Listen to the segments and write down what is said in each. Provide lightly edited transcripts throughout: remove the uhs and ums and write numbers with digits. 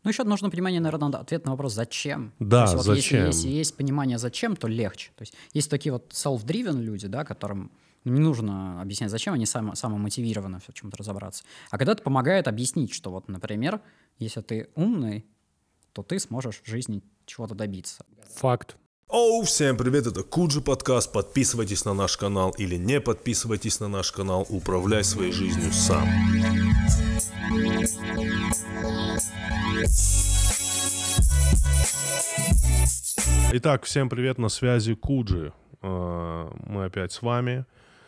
Ну, еще нужно понимание, наверное, ответ на вопрос «зачем?». Да, то есть, зачем? Если есть понимание «зачем», то легче. То есть есть такие вот self-driven люди, да, которым не нужно объяснять «зачем», они самомотивированы в чем-то разобраться. А когда это помогает объяснить, что вот, например, если ты умный, то ты сможешь в жизни чего-то добиться. Факт. Оу, всем привет, это Куджи подкаст. Подписывайтесь на наш канал или не подписывайтесь на наш канал. Управляй своей жизнью сам. Итак, всем привет, на связи Куджи. Мы опять с вами.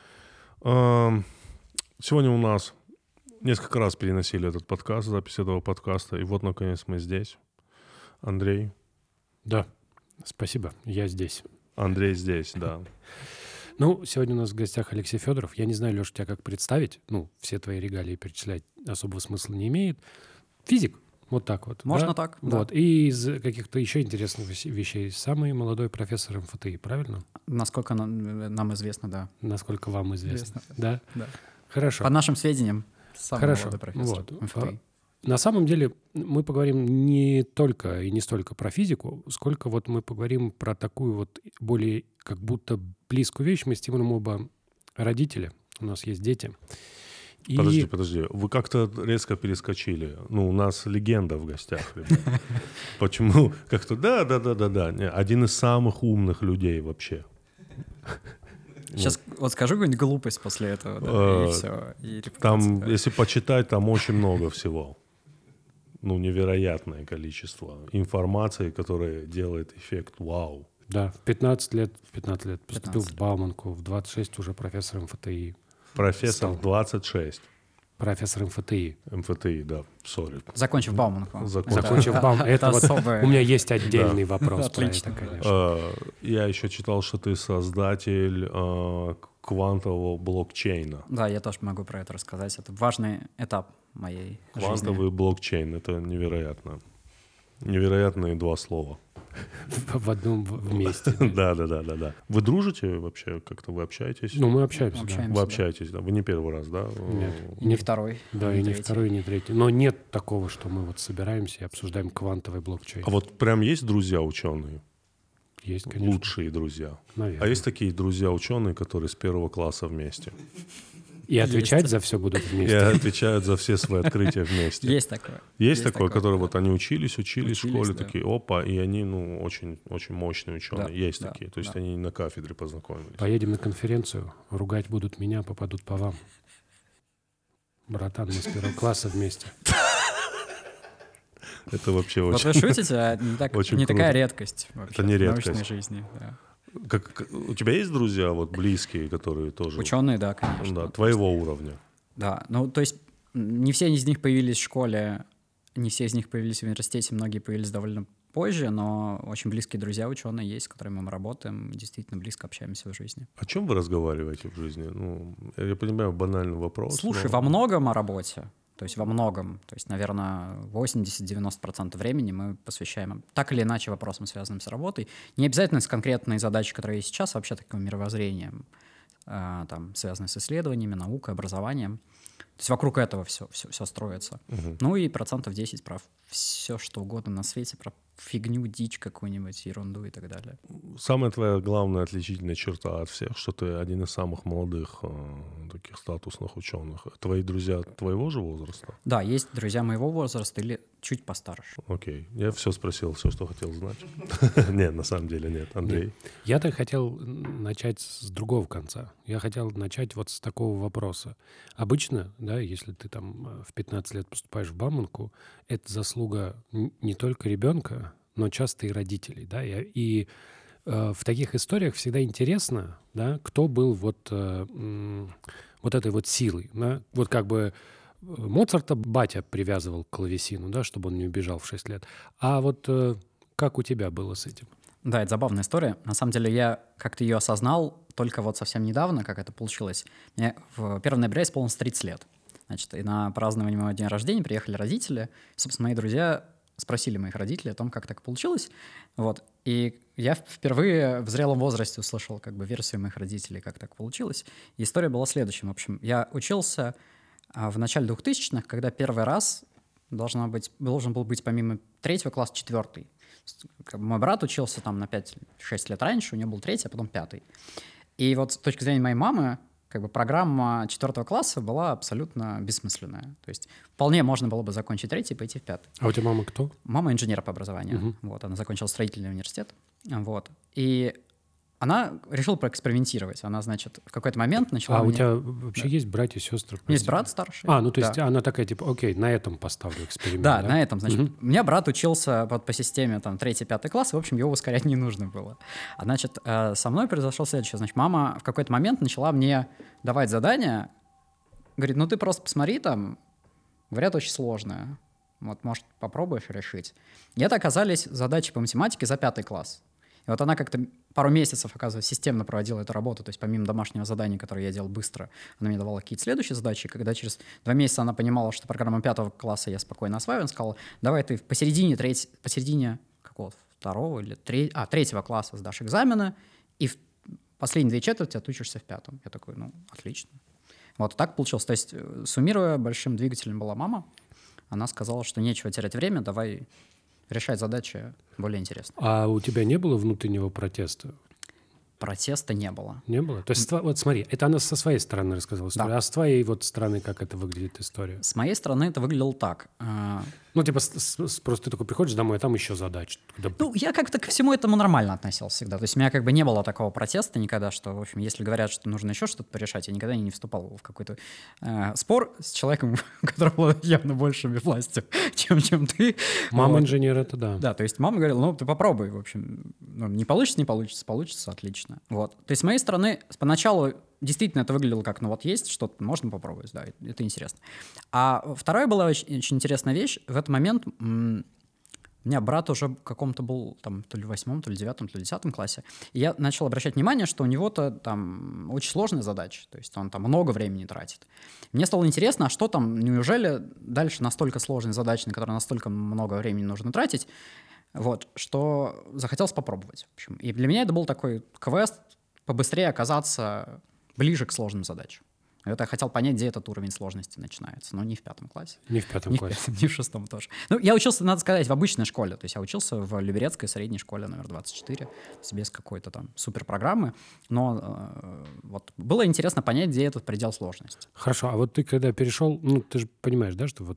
Сегодня у нас несколько раз переносили этот подкаст, запись этого подкаста. И вот, наконец, мы здесь. Андрей. Да, спасибо, я здесь. Андрей здесь, да. Ну, сегодня у нас в гостях Алексей Федоров. Я не знаю, Леша, тебя как представить. Ну, все твои регалии перечислять особого смысла не имеет. Физик, вот так вот. Можно да? так, да. Вот. И из каких-то еще интересных вещей. Самый молодой профессор МФТИ, правильно? Насколько нам известно, да. Насколько вам известно. Да? Да. Хорошо. По нашим сведениям, самый Хорошо. молодой профессор Вот. МФТИ. На самом деле мы поговорим не только и не столько про физику, сколько вот мы поговорим про такую вот более как будто близкую вещь. Мы с Тимуром оба родители, у нас есть дети. И... Подожди. Вы как-то резко перескочили. Ну, у нас легенда в гостях, ребят. Почему? Как-то да. Один из самых умных людей вообще. Сейчас вот скажу какую-нибудь глупость после этого, да, и все. Там, если почитать, там очень много всего. Ну, невероятное количество информации, которая делает эффект вау. Да, в 15 лет поступил в Бауманку, в 26 уже профессор МФТИ. Профессор в 26. Профессор МФТИ. МФТИ, да, сори. Закончив Бауманку. Закончив Бауманку. Это вот особое. у меня есть отдельный вопрос про Отлично. это, конечно. Я еще читал, что ты создатель квантового блокчейна. Да, я тоже могу про это рассказать. Это важный этап моей жизни. Квантовый блокчейн, это невероятно. Невероятные два слова. В одном вместе. Да. Вы дружите вообще? Как-то вы общаетесь? Ну, мы общаемся, да. Вы общаетесь, да? Вы не первый раз, да? Нет. И не второй. Да, и не второй, и не третий. Но нет такого, что мы вот собираемся и обсуждаем квантовый блокчейн. А вот прям есть друзья ученые? Есть, конечно. Лучшие друзья. Наверное. А есть такие друзья ученые, которые с первого класса вместе? И отвечать за все будут И вместе. отвечают за все свои открытия вместе. Есть такое. Есть такое, которое вот да. они учились в школе, да. такие, опа, и они, ну, очень, очень мощные ученые. Да, Есть да, такие. То есть да. они на кафедре познакомились. Поедем на конференцию, ругать будут меня, попадут по вам. Братан, мы с первого класса вместе. Это вообще Вот очень... вы шутите, а Очень не такая круто. редкость вообще Это не в редкость. научной жизни. Да. У тебя есть друзья вот близкие, которые тоже... Ученые, да, конечно. Да, твоего уровня. Да, ну то есть не все из них появились в школе, не все из них появились в университете, многие появились довольно позже, но очень близкие друзья ученые есть, с которыми мы работаем, действительно близко общаемся в жизни. О чем вы разговариваете в жизни? Ну, я понимаю, банальный вопрос. Слушай, но- во многом о работе. То есть во многом, то есть, наверное, 80-90% времени мы посвящаем так или иначе вопросам, связанным с работой. Не обязательно с конкретной задачей, которая есть сейчас, а вообще таким мировоззрением, там, связанной с исследованиями, наукой, образованием. То есть вокруг этого все строится. Ну и 10% про все, что угодно на свете, про фигню, дичь какую-нибудь, ерунду и так далее. Самая твоя главная отличительная черта от всех, что ты один из самых молодых таких статусных ученых. Твои друзья твоего же возраста? Да, есть друзья моего возраста или чуть постарше. Окей. Я все спросил, все, что хотел знать. Нет, на самом деле нет. Андрей? Я-то хотел начать с другого конца. Я хотел начать вот с такого вопроса. Обычно, да, если ты там в 15 лет поступаешь в Бауманку, это заслуга не только ребенка, но часто и родителей, да, и в таких историях всегда интересно, да, кто был вот этой вот силой, да, вот как бы Моцарта батя привязывал к клавесину, да, чтобы он не убежал в 6 лет, а вот как у тебя было с этим? Да, это забавная история. На самом деле я как-то ее осознал только вот совсем недавно, как это получилось. Мне в 1 ноября исполнилось 30 лет. Значит, и на празднование моего дня рождения приехали родители. Собственно, мои друзья спросили моих родителей о том, как так получилось. Вот. И я впервые в зрелом возрасте услышал как бы версию моих родителей, как так получилось. И история была следующей. В общем, я учился в начале 2000-х, когда первый раз должен был быть помимо 3 класса 4. Мой брат учился там на 5-6 лет раньше, у него был 3, а потом 5. И вот с точки зрения моей мамы, как бы программа 4 класса была абсолютно бессмысленная. То есть вполне можно было бы закончить 3 и пойти в 5. А у тебя мама кто? Мама инженер по образованию. Мгм. Вот, она закончила строительный университет. Вот. И она решила проэкспериментировать. Она, значит, в какой-то момент начала... А у мне- тебя вообще есть братья, сестры? Есть брат старший. А, ну то есть Да. она такая, типа, окей, на этом поставлю эксперимент, Да, на этом, значит, Мгм. у меня брат учился вот по системе там 3-5 класс, и, в общем, его ускорять не нужно было. А, значит, со мной произошло следующее. Значит, мама в какой-то момент начала мне давать задания, говорит, ну ты просто посмотри там, говорят, очень сложное. Вот, может, попробуешь решить. И это оказались задачи по математике за 5 класс. И вот она как-то пару месяцев, оказывается, системно проводила эту работу. То есть помимо домашнего задания, которое я делал быстро, она мне давала какие-то следующие задачи. И когда через 2 месяца она понимала, что программа 5 класса я спокойно осваиваю, она сказала, давай ты посередине какого 2 или 3 класса сдашь экзамены, и в последние 2 четверти отучишься в 5. Я такой, ну, отлично. Вот так получилось. То есть, суммируя, большим двигателем была мама. Она сказала, что нечего терять время, давай решать задачи более интересно. А у тебя не было внутреннего протеста? Протеста не было. Не было? То есть, вот смотри, это она со своей стороны рассказала историю, Да. а с твоей вот стороны как это выглядит история? С моей стороны это выглядело так. Ну, типа, просто ты такой приходишь домой, а там еще задача. Ну, я как-то ко всему этому нормально относился всегда. То есть у меня как бы не было такого протеста никогда, что, в общем, если говорят, что нужно еще что-то порешать, я никогда не вступал в какой-то спор с человеком, у которого явно большими властью, чем ты. Мама Вот. инженер, это да. Да, то есть мама говорила, ну, ты попробуй, в общем. Ну, не получится, получится, отлично. Вот. То есть с моей стороны, поначалу действительно это выглядело как, ну, вот есть что-то, можно попробовать, да, это интересно. А вторая была очень интересная вещь. В этот момент у меня брат уже в каком-то был там то ли в 8, то ли 9, то ли 10 классе. И я начал обращать внимание, что у него-то там очень сложная задача, то есть он там много времени тратит. Мне стало интересно, а что там, неужели дальше настолько сложные задачи, на которые настолько много времени нужно тратить, вот, что захотелось попробовать. В общем. И для меня это был такой квест побыстрее оказаться ближе к сложным задачам. Это я хотел понять, где этот уровень сложности начинается, но не в 5 классе. Не в 5 Не в классе. 5, не в 6 тоже. Ну, я учился, надо сказать, в обычной школе. То есть я учился в Люберецкой средней школе номер 24, то есть без какой-то там суперпрограммы. Но вот было интересно понять, где этот предел сложности. Хорошо, а вот ты когда перешел, ну, ты же понимаешь, да, что вот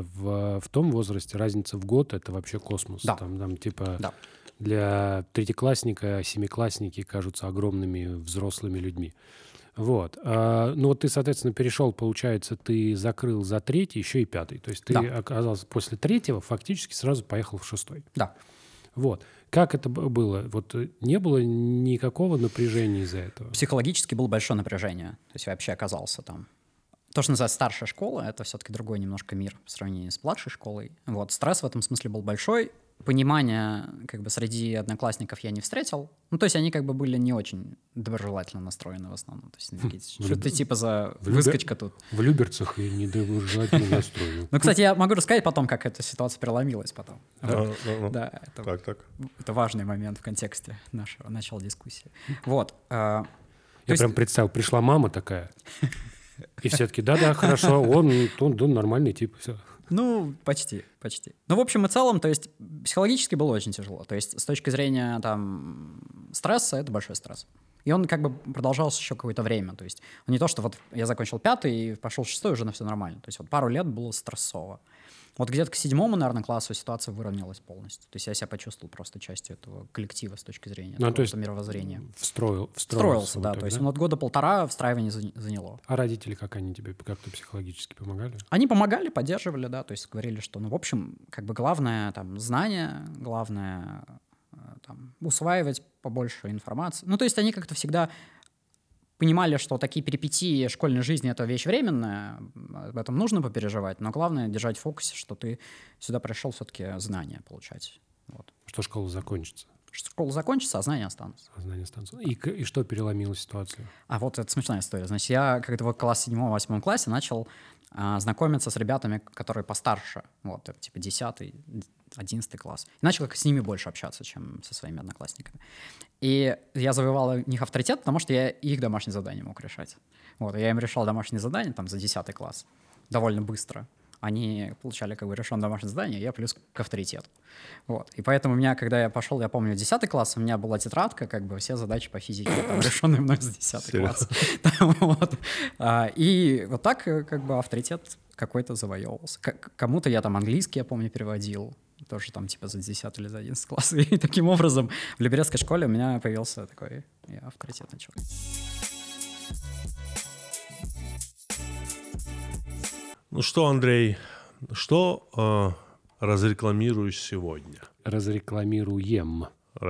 в том возрасте разница в год — это вообще космос. Да. Там типа Да. для третьеклассника семиклассники кажутся огромными взрослыми людьми. Вот. Ну вот ты, соответственно, перешел, получается, ты закрыл за 3, еще и 5. То есть ты Да. оказался после 3 фактически сразу поехал в 6. Да. Вот. Как это было? Вот не было никакого напряжения из-за этого? Психологически было большое напряжение. То есть я вообще оказался там. То, что называется старшая школа, это все-таки другой немножко мир в сравнении с младшей школой. Вот. Стресс в этом смысле был большой. Понимания как бы среди одноклассников я не встретил. Ну, то есть они как бы были не очень доброжелательно настроены в основном. То есть они такие, что ты типа за выскочка тут. В Люберцах и недоброжелательно настроены. Ну, кстати, я могу рассказать потом, как эта ситуация переломилась потом. Да, Так. это важный момент в контексте нашего начала дискуссии. Вот. Я прям представил, пришла мама такая, и все таки да-да, хорошо, он нормальный тип, все. Ну, почти. Ну, в общем и целом, то есть психологически было очень тяжело. То есть с точки зрения там стресса, это большой стресс. И он как бы продолжался еще какое-то время. То есть не то, что вот я закончил 5 и пошел в 6, уже на все нормально. То есть вот пару лет было стрессово. Вот где-то к 7, наверное, классу ситуация выровнялась полностью. То есть я себя почувствовал просто частью этого коллектива с точки зрения то есть мировоззрения. Встроился, да. вот так, То есть вот года 1,5 встраивание заняло. А родители, как они тебе как-то психологически помогали? Они помогали, поддерживали, да, то есть говорили, что, ну, в общем, как бы главное там знание, главное там усваивать побольше информации. Ну, то есть они как-то всегда понимали, что такие перипетии школьной жизни — это вещь временная, об этом нужно попереживать, но главное держать в фокусе, что ты сюда пришел все-таки знания получать. Вот. Что школа закончится, Что школа закончится, а знания останутся. а знания останутся. И что переломило ситуацию? А вот это смешная история. Значит, я когда в класс 7-8 классе начал знакомиться с ребятами, которые постарше. Вот, это типа 10, 11 класс. И начал как с ними больше общаться, чем со своими одноклассниками. И я завоевал у них авторитет, потому что я их домашние задания мог решать. Вот, и я им решал домашние задания там за 10 класс довольно быстро. они получали как бы решенное домашнее задание, я плюс к авторитету. Вот. И поэтому у меня, когда я пошел, я помню, в 10 класс, у меня была тетрадка, как бы все задачи по физике, там, решенные мной с 10 класса. Вот. И вот так как бы авторитет какой-то завоевывался. Кому-то я там английский, я помню, переводил, тоже там типа за 10 или за 11 класс. И таким образом в Люберецкой школе у меня появился такой авторитетный чувак. Ну что, Андрей, что разрекламируешь сегодня? Разрекламируем.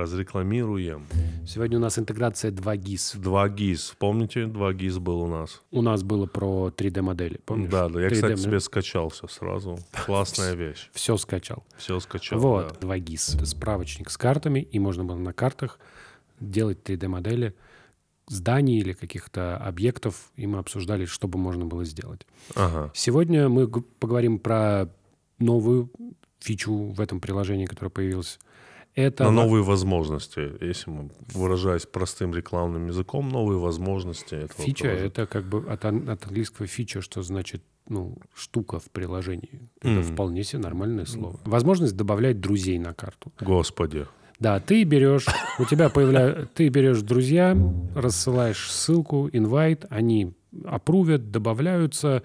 Сегодня у нас интеграция 2GIS. 2GIS. Помните, 2GIS был у нас? У нас было про 3D-модели, помнишь? Да. Я, 3D, кстати, себе скачал все сразу. Классная вещь. Все скачал. Все скачал, Вот, да. 2GIS. Это справочник с картами, и можно было на картах делать 3D-модели зданий или каких-то объектов, и мы обсуждали, что бы можно было сделать. Ага. Сегодня мы поговорим про новую фичу в этом приложении, которая появилась. Это На новые возможности, если мы выражаясь простым рекламным языком, новые возможности. Этого фича — приложения. это как бы от английского фича, что значит штука в приложении. Это вполне себе нормальное слово. Возможность добавлять друзей на карту. Господи. Да, ты берешь друзья, рассылаешь ссылку, инвайт, они апрувят, добавляются,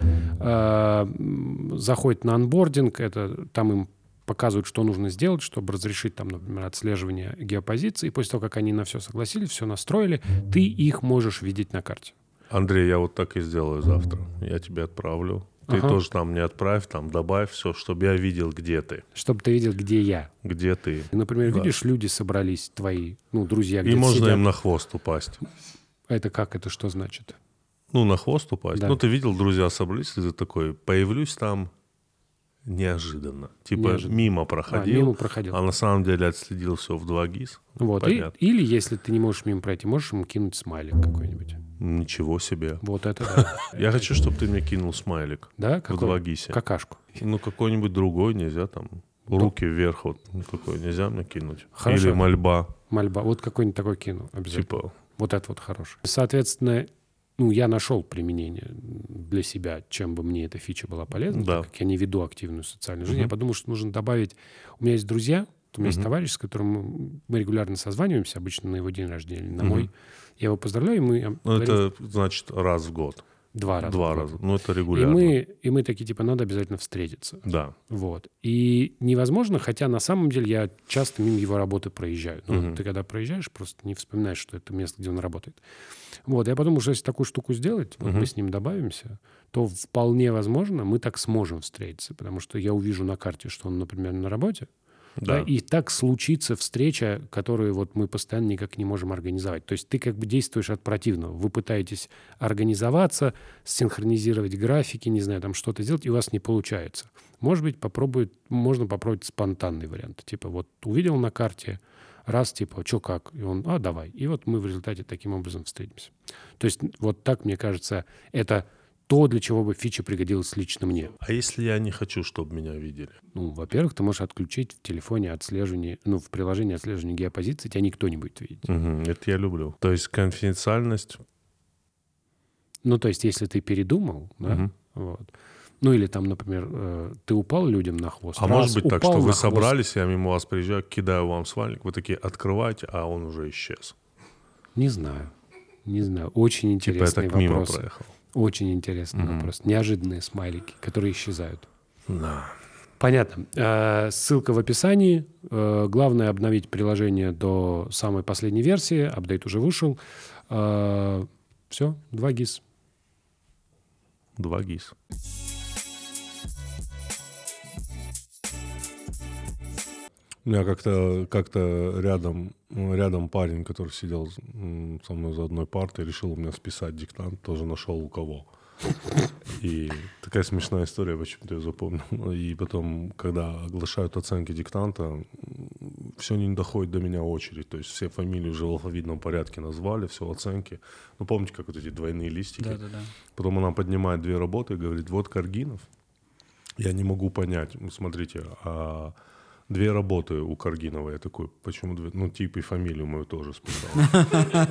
заходят на онбординг, это там им показывают, что нужно сделать, чтобы разрешить там, например, отслеживание геопозиции. И после того, как они на все согласились, все настроили, ты их можешь видеть на карте. Андрей, я вот так и сделаю завтра. Я тебе отправлю. Ты тоже там мне отправь, там добавь все, чтобы я видел, где ты. Чтобы ты видел, где я. Где ты. Например, видишь, люди собрались, твои, друзья, где-то И можно сидят. им на хвост упасть. Это как? Это что значит? На хвост упасть. Да. Ты видел, друзья собрались, и ты такой, появлюсь там неожиданно. Мимо проходил. А на самом деле отследил все в 2GIS. Вот. Или, если ты не можешь мимо пройти, можешь ему кинуть смайлик какой-нибудь. Ничего себе. Вот это да. Я хочу, чтобы ты мне кинул смайлик. Да? В Какой? 2GIS. Какашку. Какой-нибудь другой нельзя там. Руки вверх вот какой нельзя мне кинуть. Хорошо. Или мольба. Мольба. Вот какой-нибудь такой кину обязательно. Типа. Вот это вот хороший. Соответственно, я нашел применение для себя, чем бы мне эта фича была полезна, Да. так как я не веду активную социальную жизнь. Я подумал, что нужно добавить... У меня есть друзья, у меня есть товарищ, с которым мы регулярно созваниваемся, обычно на его день рождения или на мой. Я его поздравляю, и мы... Это значит раз в год. 2 раза. 2 раза. Это регулярно. И мы такие, надо обязательно встретиться. Да. Вот. И невозможно, хотя на самом деле я часто мимо его работы проезжаю. Ты когда проезжаешь, просто не вспоминаешь, что это место, где он работает. Вот. Я подумал, что если такую штуку сделать, мы с ним добавимся, то вполне возможно, мы так сможем встретиться. Потому что я увижу на карте, что он, например, на работе. Да, и так случится встреча, которую мы постоянно никак не можем организовать. То есть ты как бы действуешь от противного. Вы пытаетесь организоваться, синхронизировать графики, не знаю, там что-то сделать, и у вас не получается. Может быть, можно попробовать спонтанный вариант. Типа увидел на карте, раз, что как, и он, давай. И мы в результате таким образом встретимся. То есть вот так, мне кажется, это то, для чего бы фича пригодилась лично мне. А если я не хочу, чтобы меня видели? Во-первых, ты можешь отключить в телефоне отслеживание, в приложении отслеживания геопозиции, тебя никто не будет видеть. Это я люблю. То есть конфиденциальность... То есть если ты передумал, да, вот. Или там, например, ты упал людям на хвост. А может быть так, что вы собрались, я мимо вас приезжаю, кидаю вам свальник, вы такие открываете, а он уже исчез. Не знаю. Очень интересный я так мимо вопрос. проехал. Очень интересный вопрос. Неожиданные смайлики, которые исчезают. Да. Понятно. Ссылка в описании. Главное обновить приложение до самой последней версии. Апдейт уже вышел. Все, 2GIS. 2GIS. У меня как-то рядом парень, который сидел со мной за одной партой, решил у меня списать диктант, тоже нашел у кого. И такая смешная история, почему-то я запомнил. И потом, когда оглашают оценки диктанта, все не доходит до меня очередь. То есть все фамилии уже в алфавитном порядке назвали, все оценки. Помните, как эти двойные листики? Да. Потом она поднимает 2 работы и говорит, вот Каргинов. Я не могу понять, смотрите, 2 работы у Каргинова. Я такой, почему 2? Ну, тип и фамилию мою тоже списал.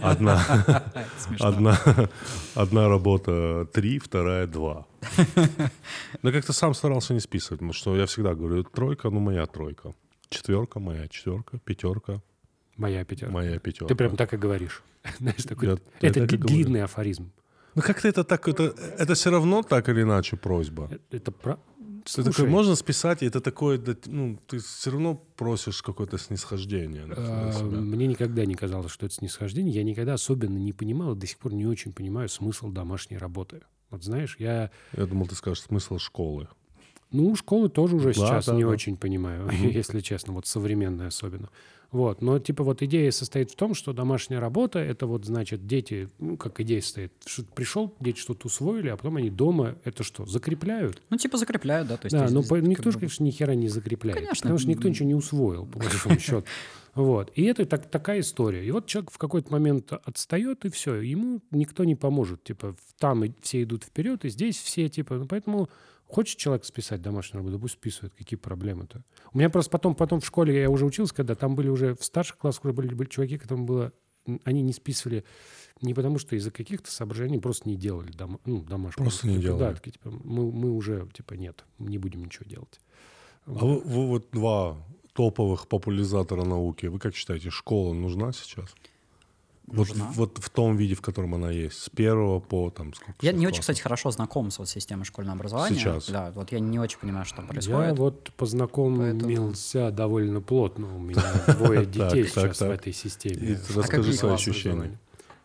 Одна работа 3, вторая 2. Но как-то сам старался не списывать, потому что я всегда говорю, 3, ну, моя 3. 4, моя 4, 5. Моя 5. Моя 5. Ты прям так и говоришь. Знаешь, такой, Я это так и говорю. длинный афоризм. Ну, как-то это так, это все равно так или иначе просьба. Это про... Ты такой, можно списать, и это такое, ну, ты все равно просишь какое-то снисхождение на себя. Мне никогда не казалось, что это снисхождение. Я никогда особенно не понимал, и до сих пор не очень понимаю смысл домашней работы. Вот знаешь, я думал, ты скажешь смысл школы. Ну, школы тоже уже сейчас не да. очень понимаю, если честно, вот современная особенно. Вот, но типа вот идея состоит в том, что домашняя работа, это вот значит дети, ну, как идея стоит, что пришел, дети что-то усвоили, а потом они дома это что, закрепляют? Ну, типа закрепляют, да. То есть, Да, но здесь никто как же, бы- конечно, ни хера не закрепляет, Конечно. потому что никто ничего не усвоил, по большому счету. Вот. И это такая история. И вот человек в какой-то момент отстает, и все. Ему никто не поможет. Типа там все идут вперед, и здесь все типа... Ну, поэтому хочет человек списать домашнюю работу, пусть списывает. Какие проблемы-то? У меня просто потом в школе я уже учился, когда там были уже... В старших классах уже были чуваки, которым было... Они не списывали не потому, что из-за каких-то соображений, они просто не делали домашнюю. Просто не делали. Да, такие, типа, мы уже, типа, нет, не будем ничего делать. А вы вот 2 топовых популяризатора науки. Вы как считаете, школа нужна сейчас? Нужна. Вот в том виде, в котором она есть. С 1 по там сколько? Я не очень, классов? кстати, хорошо знаком с вот системой школьного образования. Сейчас. Да, вот я не очень понимаю, что там Я происходит. вот познакомился довольно плотно. У меня 2 детей сейчас в этой И системе. расскажи какие свои классы ощущения.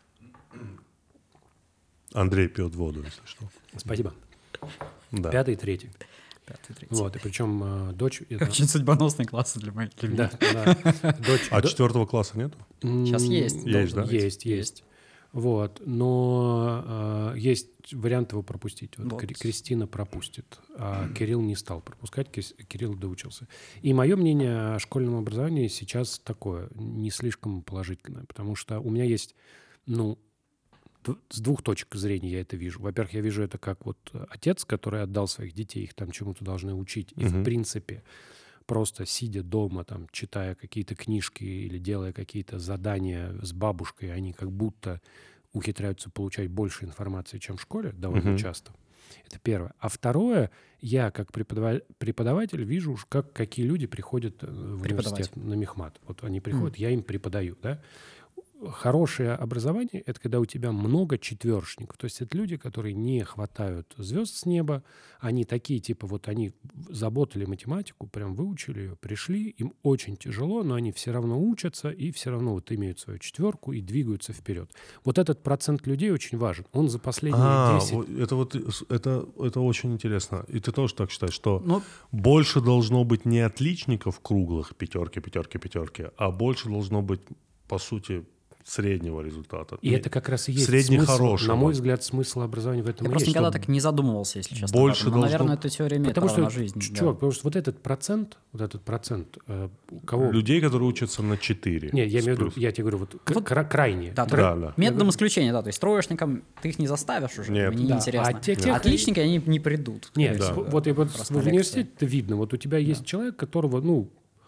Андрей пьет воду, если что. Спасибо. Да. 5 и 3. 5-й, 3-й. Вот, и причем дочь... это- Очень судьбоносные классы для меня. Да. Дочь... А 4 класса нету? Сейчас есть. Есть, да? Есть. Вот. Но есть вариант его пропустить. Вот Вот. Кристина пропустит, а Кирилл не стал пропускать. Кирилл доучился. И мое мнение о школьном образовании сейчас такое, не слишком положительное. Потому что у меня есть, с 2 точек зрения я это вижу. Во-первых, я вижу это как вот отец, который отдал своих детей, их там чему-то должны учить. И, в принципе, просто сидя дома, там, читая какие-то книжки или делая какие-то задания с бабушкой, они как будто ухитряются получать больше информации, чем в школе, довольно часто. Это первое. А второе, я как преподаватель вижу, какие люди приходят в университет на мехмат. Вот они приходят, я им преподаю, да. Хорошее образование – это когда у тебя много четверочников. То есть это люди, которые не хватают звезд с неба. Они такие, типа, вот они заботали математику, прям выучили ее, пришли. Им очень тяжело, но они все равно учатся и все равно вот имеют свою 4 и двигаются вперед. Вот этот процент людей очень важен. Он за последние 10... Это очень интересно. И ты тоже так считаешь, что больше должно быть не отличников круглых, 5, а больше должно быть, по сути, среднего результата. И это как раз и есть среднехорошего. На мой взгляд, смысл образования в этом Я и просто есть. никогда так не задумывался, если честно. Больше об этом. Но, должно- наверное, эта теория имеет право на жизнь. Чувак, потому что вот этот процент, у кого... Людей, которые учатся на 4. Не, я имею в виду, я тебе говорю, крайне. Да, Да. методом исключения, да. То есть троечникам ты их не заставишь уже, Нет. мне Да, неинтересно. а те, Отличники, они не придут. Нет, Да. вот и вот Просто в на университете это видно. Вот у тебя есть человек, которого,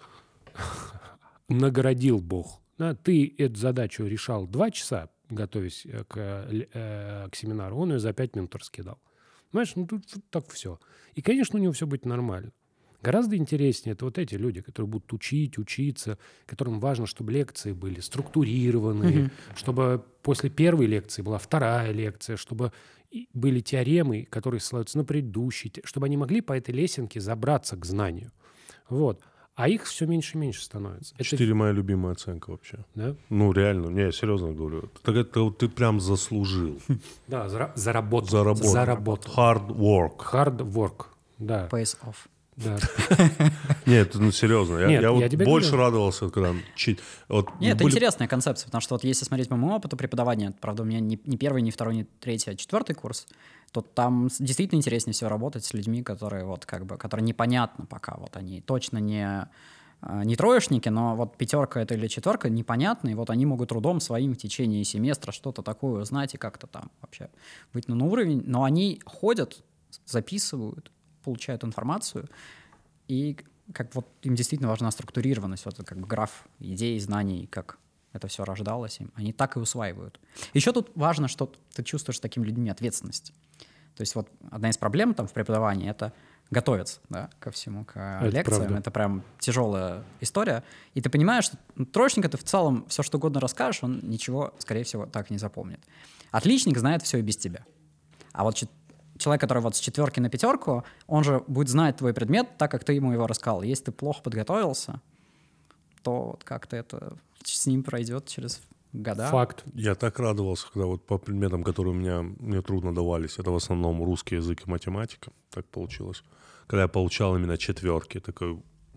наградил Бог. Да, ты эту задачу решал 2 часа, готовясь к семинару, он ее за 5 минут раскидал. Понимаешь, тут так все. И, конечно, у него все будет нормально. Гораздо интереснее это вот эти люди, которые будут учиться, которым важно, чтобы лекции были структурированные, чтобы после первой лекции была вторая лекция, чтобы были теоремы, которые ссылаются на предыдущие, чтобы они могли по этой лесенке забраться к знанию. Вот. А их все меньше и меньше становится. 4 моя любимая оценка вообще. Да? Ну, реально, не, я серьезно говорю. Это вот ты прям заслужил. Да, заработал. Заработал. Hard work. Hard work, да. Pays off. Да. Нет, ну серьезно. Нет, Я я вот тебе больше говорю. радовался, когда... Нет, это интересная концепция, потому что вот если смотреть по моему опыту преподавания, правда, у меня не 1, не 2, не 3, а 4 курс, то там действительно интереснее всего работать с людьми, которые вот которые непонятно пока, вот они точно не троечники, но вот 5 это или 4 непонятно, и вот они могут трудом своим в течение семестра что-то такое узнать и как-то там вообще выйти на уровень, но они ходят, записывают, получают информацию, и как вот им действительно важна структурированность, вот как бы граф идей, знаний, как это все рождалось им. Они так и усваивают. Еще тут важно, что ты чувствуешь с такими людьми ответственность. То есть вот одна из проблем там в преподавании — это готовиться, да, ко всему, к лекциям. правда. Это прям тяжелая история. И ты понимаешь, что троечник — это в целом все, что угодно расскажешь, он ничего, скорее всего, так не запомнит. Отличник знает все и без тебя. А вот человек, который вот с 4 на 5, он же будет знать твой предмет так, как ты ему его рассказал. Если ты плохо подготовился, то вот как-то это с ним пройдет через года. Факт. Я так радовался, когда вот по предметам, которые мне трудно давались, это в основном русский язык и математика, так получилось. Когда я получал именно 4, такой,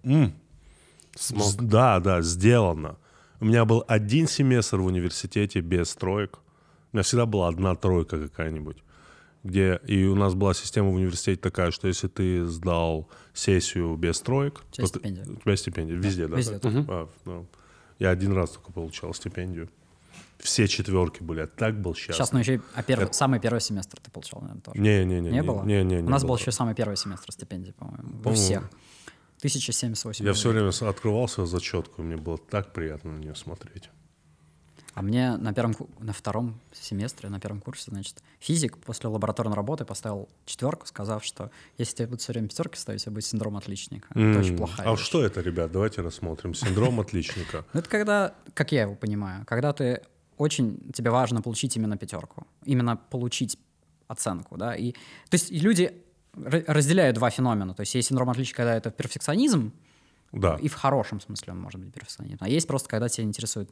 Смог. да, сделано. У меня был 1 семестр в университете без 3. У меня всегда была 1 3 какая-нибудь. И у нас была система в университете такая, что если ты сдал сессию без 3, У тебя стипендия. у тебя стипендия. Везде, да? Везде. Да? Я 1 раз только получал стипендию. Все 4 были. Я так был счастлив. Сейчас, ну еще и самый первый семестр ты получал, наверное, тоже. Не было? Не У нас было. был еще самый первый семестр стипендии, по-моему. Во По-моему. всех. 1078. Я все время открывал свою зачетку, и мне было так приятно на нее смотреть. А мне на втором семестре, на первом курсе, значит, физик после лабораторной работы поставил 4, сказав, что если тебе будут все время 5 ставить, у тебя будет синдром отличника. Это очень плохая А вещь. что это, ребят? Давайте рассмотрим. Синдром отличника. Ну, это когда, как я его понимаю, когда тебе важно получить именно 5, именно получить оценку, да, то есть люди разделяют 2 феномена, то есть есть синдром отличия, когда это перфекционизм, Да. и в хорошем смысле он может быть перфекционизм, а есть просто, когда тебя интересует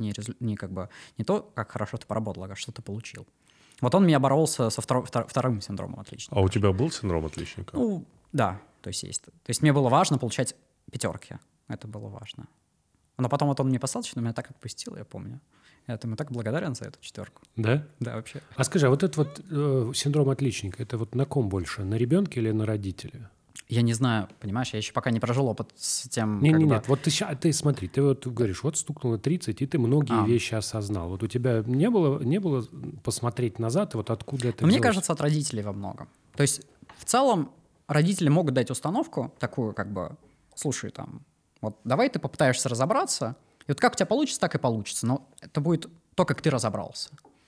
не то, как хорошо ты поработал, а что ты получил. Вот он меня боролся со вторым синдромом отличника. А у тебя был синдром отличника? Ну, да, то есть. То есть мне было важно получать 5, это было важно. Но потом вот он мне послал, что меня так отпустил, я помню. Я ему так благодарен за эту 4. Да? Да, вообще. А скажи, а вот этот вот синдром отличника, это вот на ком больше? На ребенке или на родителе? Я не знаю, понимаешь, я еще пока не прожил опыт с тем, Нет, вот ты смотри, ты вот говоришь, вот стукнуло 30, и ты многие вещи осознал. Вот у тебя не было посмотреть назад, и вот откуда это Мне взялось? кажется, от родителей во многом. То есть в целом родители могут дать установку такую, как бы, слушай, там, вот давай ты попытаешься разобраться, и вот как у тебя получится, так и получится, но это будет то, как ты разобрался.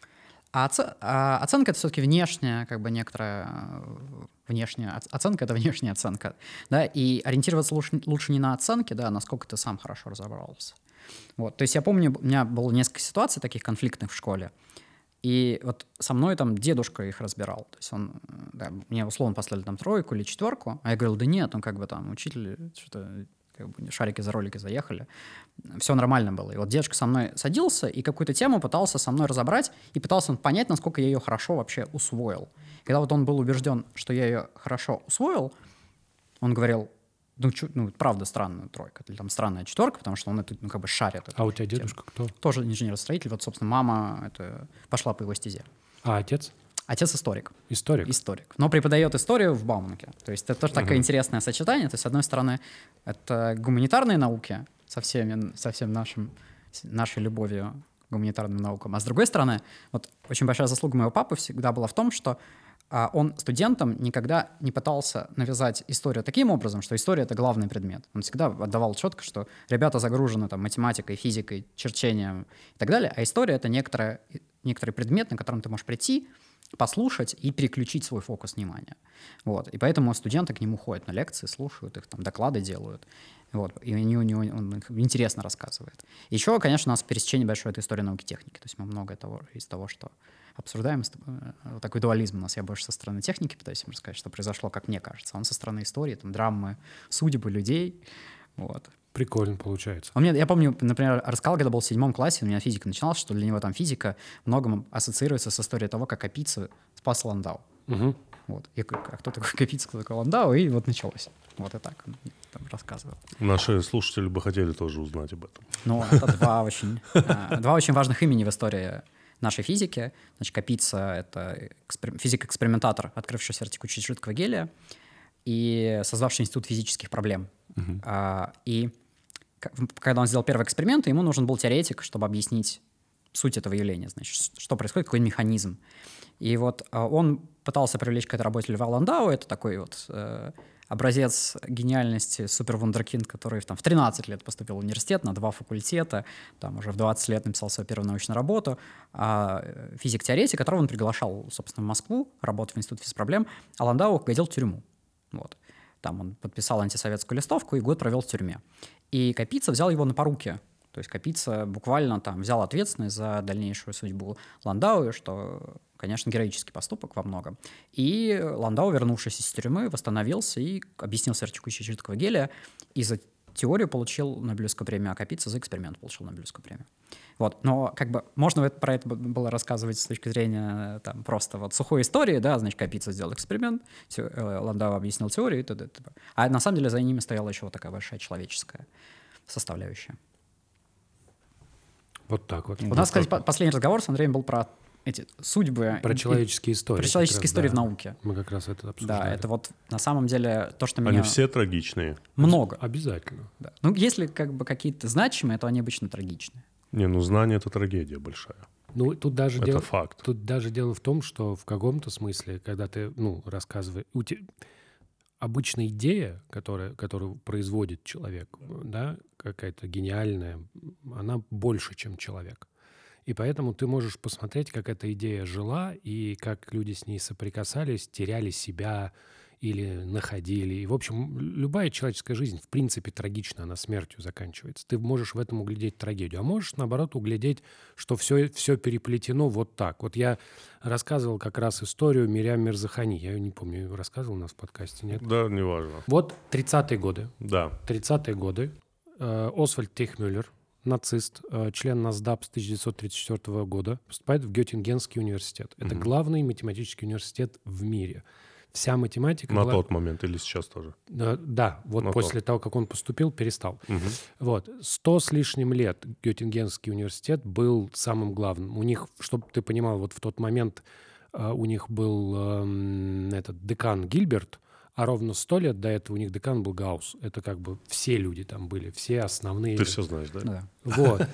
А оценка — это все-таки внешняя, как бы некоторая внешняя оценка — это внешняя оценка, да, и ориентироваться лучше не на оценки, да, а насколько ты сам хорошо разобрался. Вот, то есть я помню, у меня было несколько ситуаций таких конфликтных в школе, и вот со мной там дедушка их разбирал, то есть мне условно поставили там 3 или 4, а я говорил, да нет, как бы там учитель что-то как бы шарики за ролики заехали. Все нормально было. И вот дедушка со мной садился и какую-то тему пытался со мной разобрать и пытался понять, насколько я ее хорошо вообще усвоил. Когда вот он был убежден, что я ее хорошо усвоил, он говорил, правда странная 3 или там странная 4, потому что он это, как бы шарит. А у тебя дедушка кто? Тоже инженер-строитель. Вот, собственно, мама пошла по его стезе. А отец? Отец историк. Историк? Но преподает историю в Бауманке. То есть это тоже такое интересное сочетание. То есть, с одной стороны, это гуманитарные науки со всем нашей любовью к гуманитарным наукам. А с другой стороны, вот очень большая заслуга моего папы всегда была в том, что он студентам никогда не пытался навязать историю таким образом, что история — это главный предмет. Он всегда отдавал четко, что ребята загружены там математикой, физикой, черчением и так далее, а история — это некоторый предмет, на котором ты можешь прийти, послушать и переключить свой фокус внимания. Вот. И поэтому студенты к нему ходят на лекции, слушают их, там, доклады делают. Вот. И он их интересно рассказывает. Еще, конечно, у нас пересечение большое — это история науки и техники. То есть мы много из того, что обсуждаем. Вот такой дуализм у нас. Я больше со стороны техники пытаюсь им рассказать, что произошло, как мне кажется. Он со стороны истории, там, драмы, судьбы людей. Вот. Прикольно получается. Я помню, например, рассказал, когда был в 7 классе, у меня физика начиналась, что для него там физика многом ассоциируется с историей того, как Капица спас Ландау. Угу. Вот. Я говорю, а кто такой Капица, кто такой Ландау? И вот началось. Вот и так он там рассказывал. Наши слушатели бы хотели тоже узнать об этом. Ну, это два очень важных имени в истории нашей физики. Значит, Капица — это физик-экспериментатор, открывший сферу текучести жидкого гелия и создавший институт физических проблем. И когда он сделал первый эксперимент, ему нужен был теоретик, чтобы объяснить суть этого явления, значит, что происходит, какой механизм. И вот он пытался привлечь к этой работе Льва Ландау, это такой вот образец гениальности, супер-вундеркинд, который там в 13 лет поступил в университет на 2 факультета, там уже в 20 лет написал свою первую научную работу, физик-теоретик, которого он приглашал, собственно, в Москву, работать в Институте физпроблем, а Ландау угодил в тюрьму. Вот. Там он подписал антисоветскую листовку и год провел в тюрьме. И Капица взял его на поруки. То есть Капица буквально там взял ответственность за дальнейшую судьбу Ландау, что, конечно, героический поступок во многом. И Ландау, вернувшись из тюрьмы, восстановился и объяснил сферу текучести жидкого гелия, и за теорию получил Нобелевскую премию, а Капица за эксперимент получил Нобелевскую премию. Вот. Но как бы можно про это было рассказывать с точки зрения там, просто вот сухой истории, да, значит, Капица сделал эксперимент, Ландау объяснил теорию и т.д. А на самом деле за ними стояла еще вот такая большая человеческая составляющая. Вот так вот. У нас, кстати, последний разговор с Андреем был про эти судьбы. Про человеческие истории. Про человеческие истории в науке. Мы как раз это обсуждали. Да, это вот на самом деле то, что меня... Они все трагичные. Много. Обязательно. Да. Ну, если как бы какие-то значимые, то они обычно трагичные. Не, ну знание — это трагедия большая. Ну, тут даже Это факт. Тут даже дело в том, что в каком-то смысле, когда ты, рассказываешь... Обычная идея, которую производит человек, да, какая-то гениальная, она больше, чем человек. И поэтому ты можешь посмотреть, как эта идея жила, и как люди с ней соприкасались, теряли себя или находили. И, в общем, любая человеческая жизнь, в принципе, трагична, она смертью заканчивается. Ты можешь в этом углядеть трагедию, а можешь, наоборот, углядеть, что все переплетено вот так. Вот я рассказывал как раз историю Мириам Мирзахани. Я ее не помню, рассказывал у нас в подкасте, нет? Да, неважно. Вот 30-е годы. Да. 30-е годы. Освальд Тихмюллер, нацист, член НАСДАП с 1934 года, поступает в Геттингенский университет. Это главный математический университет в мире. Вся математика... На тот момент или сейчас тоже? Да, вот после того, как он поступил, перестал. Вот. 100 с лишним лет Геттингенский университет был самым главным. У них, чтобы ты понимал, вот в тот момент у них был этот декан Гильберт, а ровно 100 лет до этого у них декан был Гаусс. Это как бы все люди там были, все основные... Ты все знаешь, да? Да. Вот.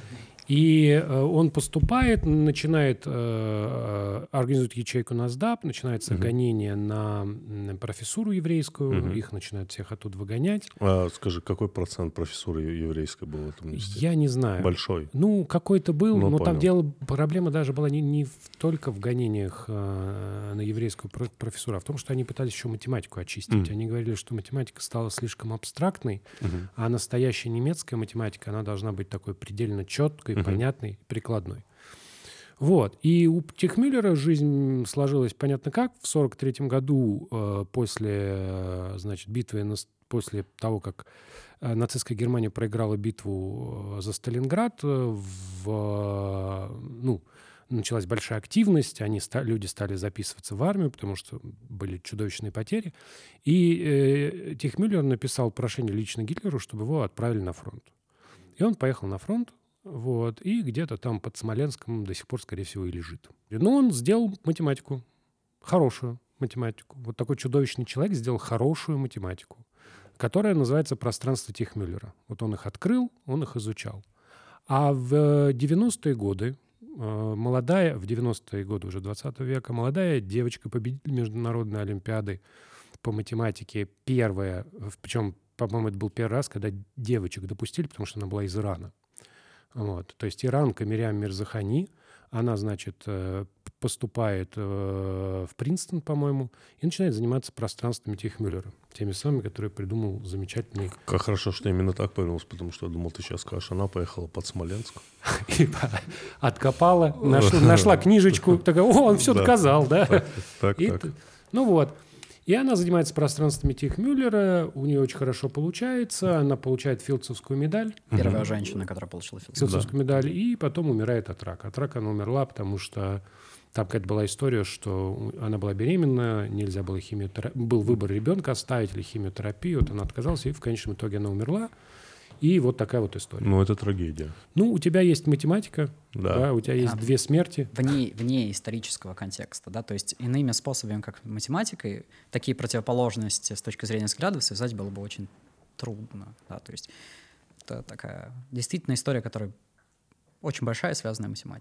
И он поступает, начинает, организует ячейку NASDAQ, начинается гонение на профессуру еврейскую, их начинают всех оттуда выгонять. Скажи, какой процент профессуры еврейской был в этом университете? Я не знаю. Большой? Ну, какой-то был, но понял. там проблема даже была не только в гонениях на еврейскую профессуру, а в том, что они пытались еще математику очистить. Они говорили, что математика стала слишком абстрактной, а настоящая немецкая математика, она должна быть такой предельно четкой, понятный, прикладной. Вот. И у Тихмюллера жизнь сложилась понятно как. В 1943 году, после, значит, битвы, после того, как нацистская Германия проиграла битву за Сталинград, началась большая активность, люди стали записываться в армию, потому что были чудовищные потери. И Тихмюллер написал прошение лично Гитлеру, чтобы его отправили на фронт. И он поехал на фронт. Вот, и где-то там под Смоленском до сих пор, скорее всего, и лежит. Но он сделал математику, хорошую математику. Вот такой чудовищный человек сделал хорошую математику, которая называется «Пространство Тихмюллера». Вот он их открыл, он их изучал. А в 90-е годы, в 90-е годы уже 20 века, молодая девочка, победитель международной олимпиады по математике, первая, причем, по-моему, это был первый раз, когда девочек допустили, потому что она была из Ирана. Вот. То есть иранка Мириам Мирзахани, она, значит, поступает в Принстон, по-моему, и начинает заниматься пространствами Тихмюллера, теми самыми, которые придумал замечательный... Как хорошо, что именно так повернулся, потому что я думал, ты сейчас скажешь, она поехала под Смоленск. Откопала, нашла книжечку, такая, он все доказал, да? Так. Ну вот. И она занимается пространствами Тихмюллера, у нее очень хорошо получается, она получает филдсовскую медаль. Первая женщина, которая получила филдсовскую медаль, и потом умирает от рака. От рака она умерла, потому что там какая-то была история, что она была беременна, нельзя было был выбор ребенка, оставить или химиотерапию, вот она отказалась, и в конечном итоге она умерла. И вот такая вот история. Ну, это трагедия. Ну, у тебя есть математика, да, у тебя есть две смерти. Вне исторического контекста, да, то есть иными способами, как математикой, такие противоположности с точки зрения взглядов связать было бы очень трудно, да, то есть это такая действительно история, которая очень большая, связанная с математикой.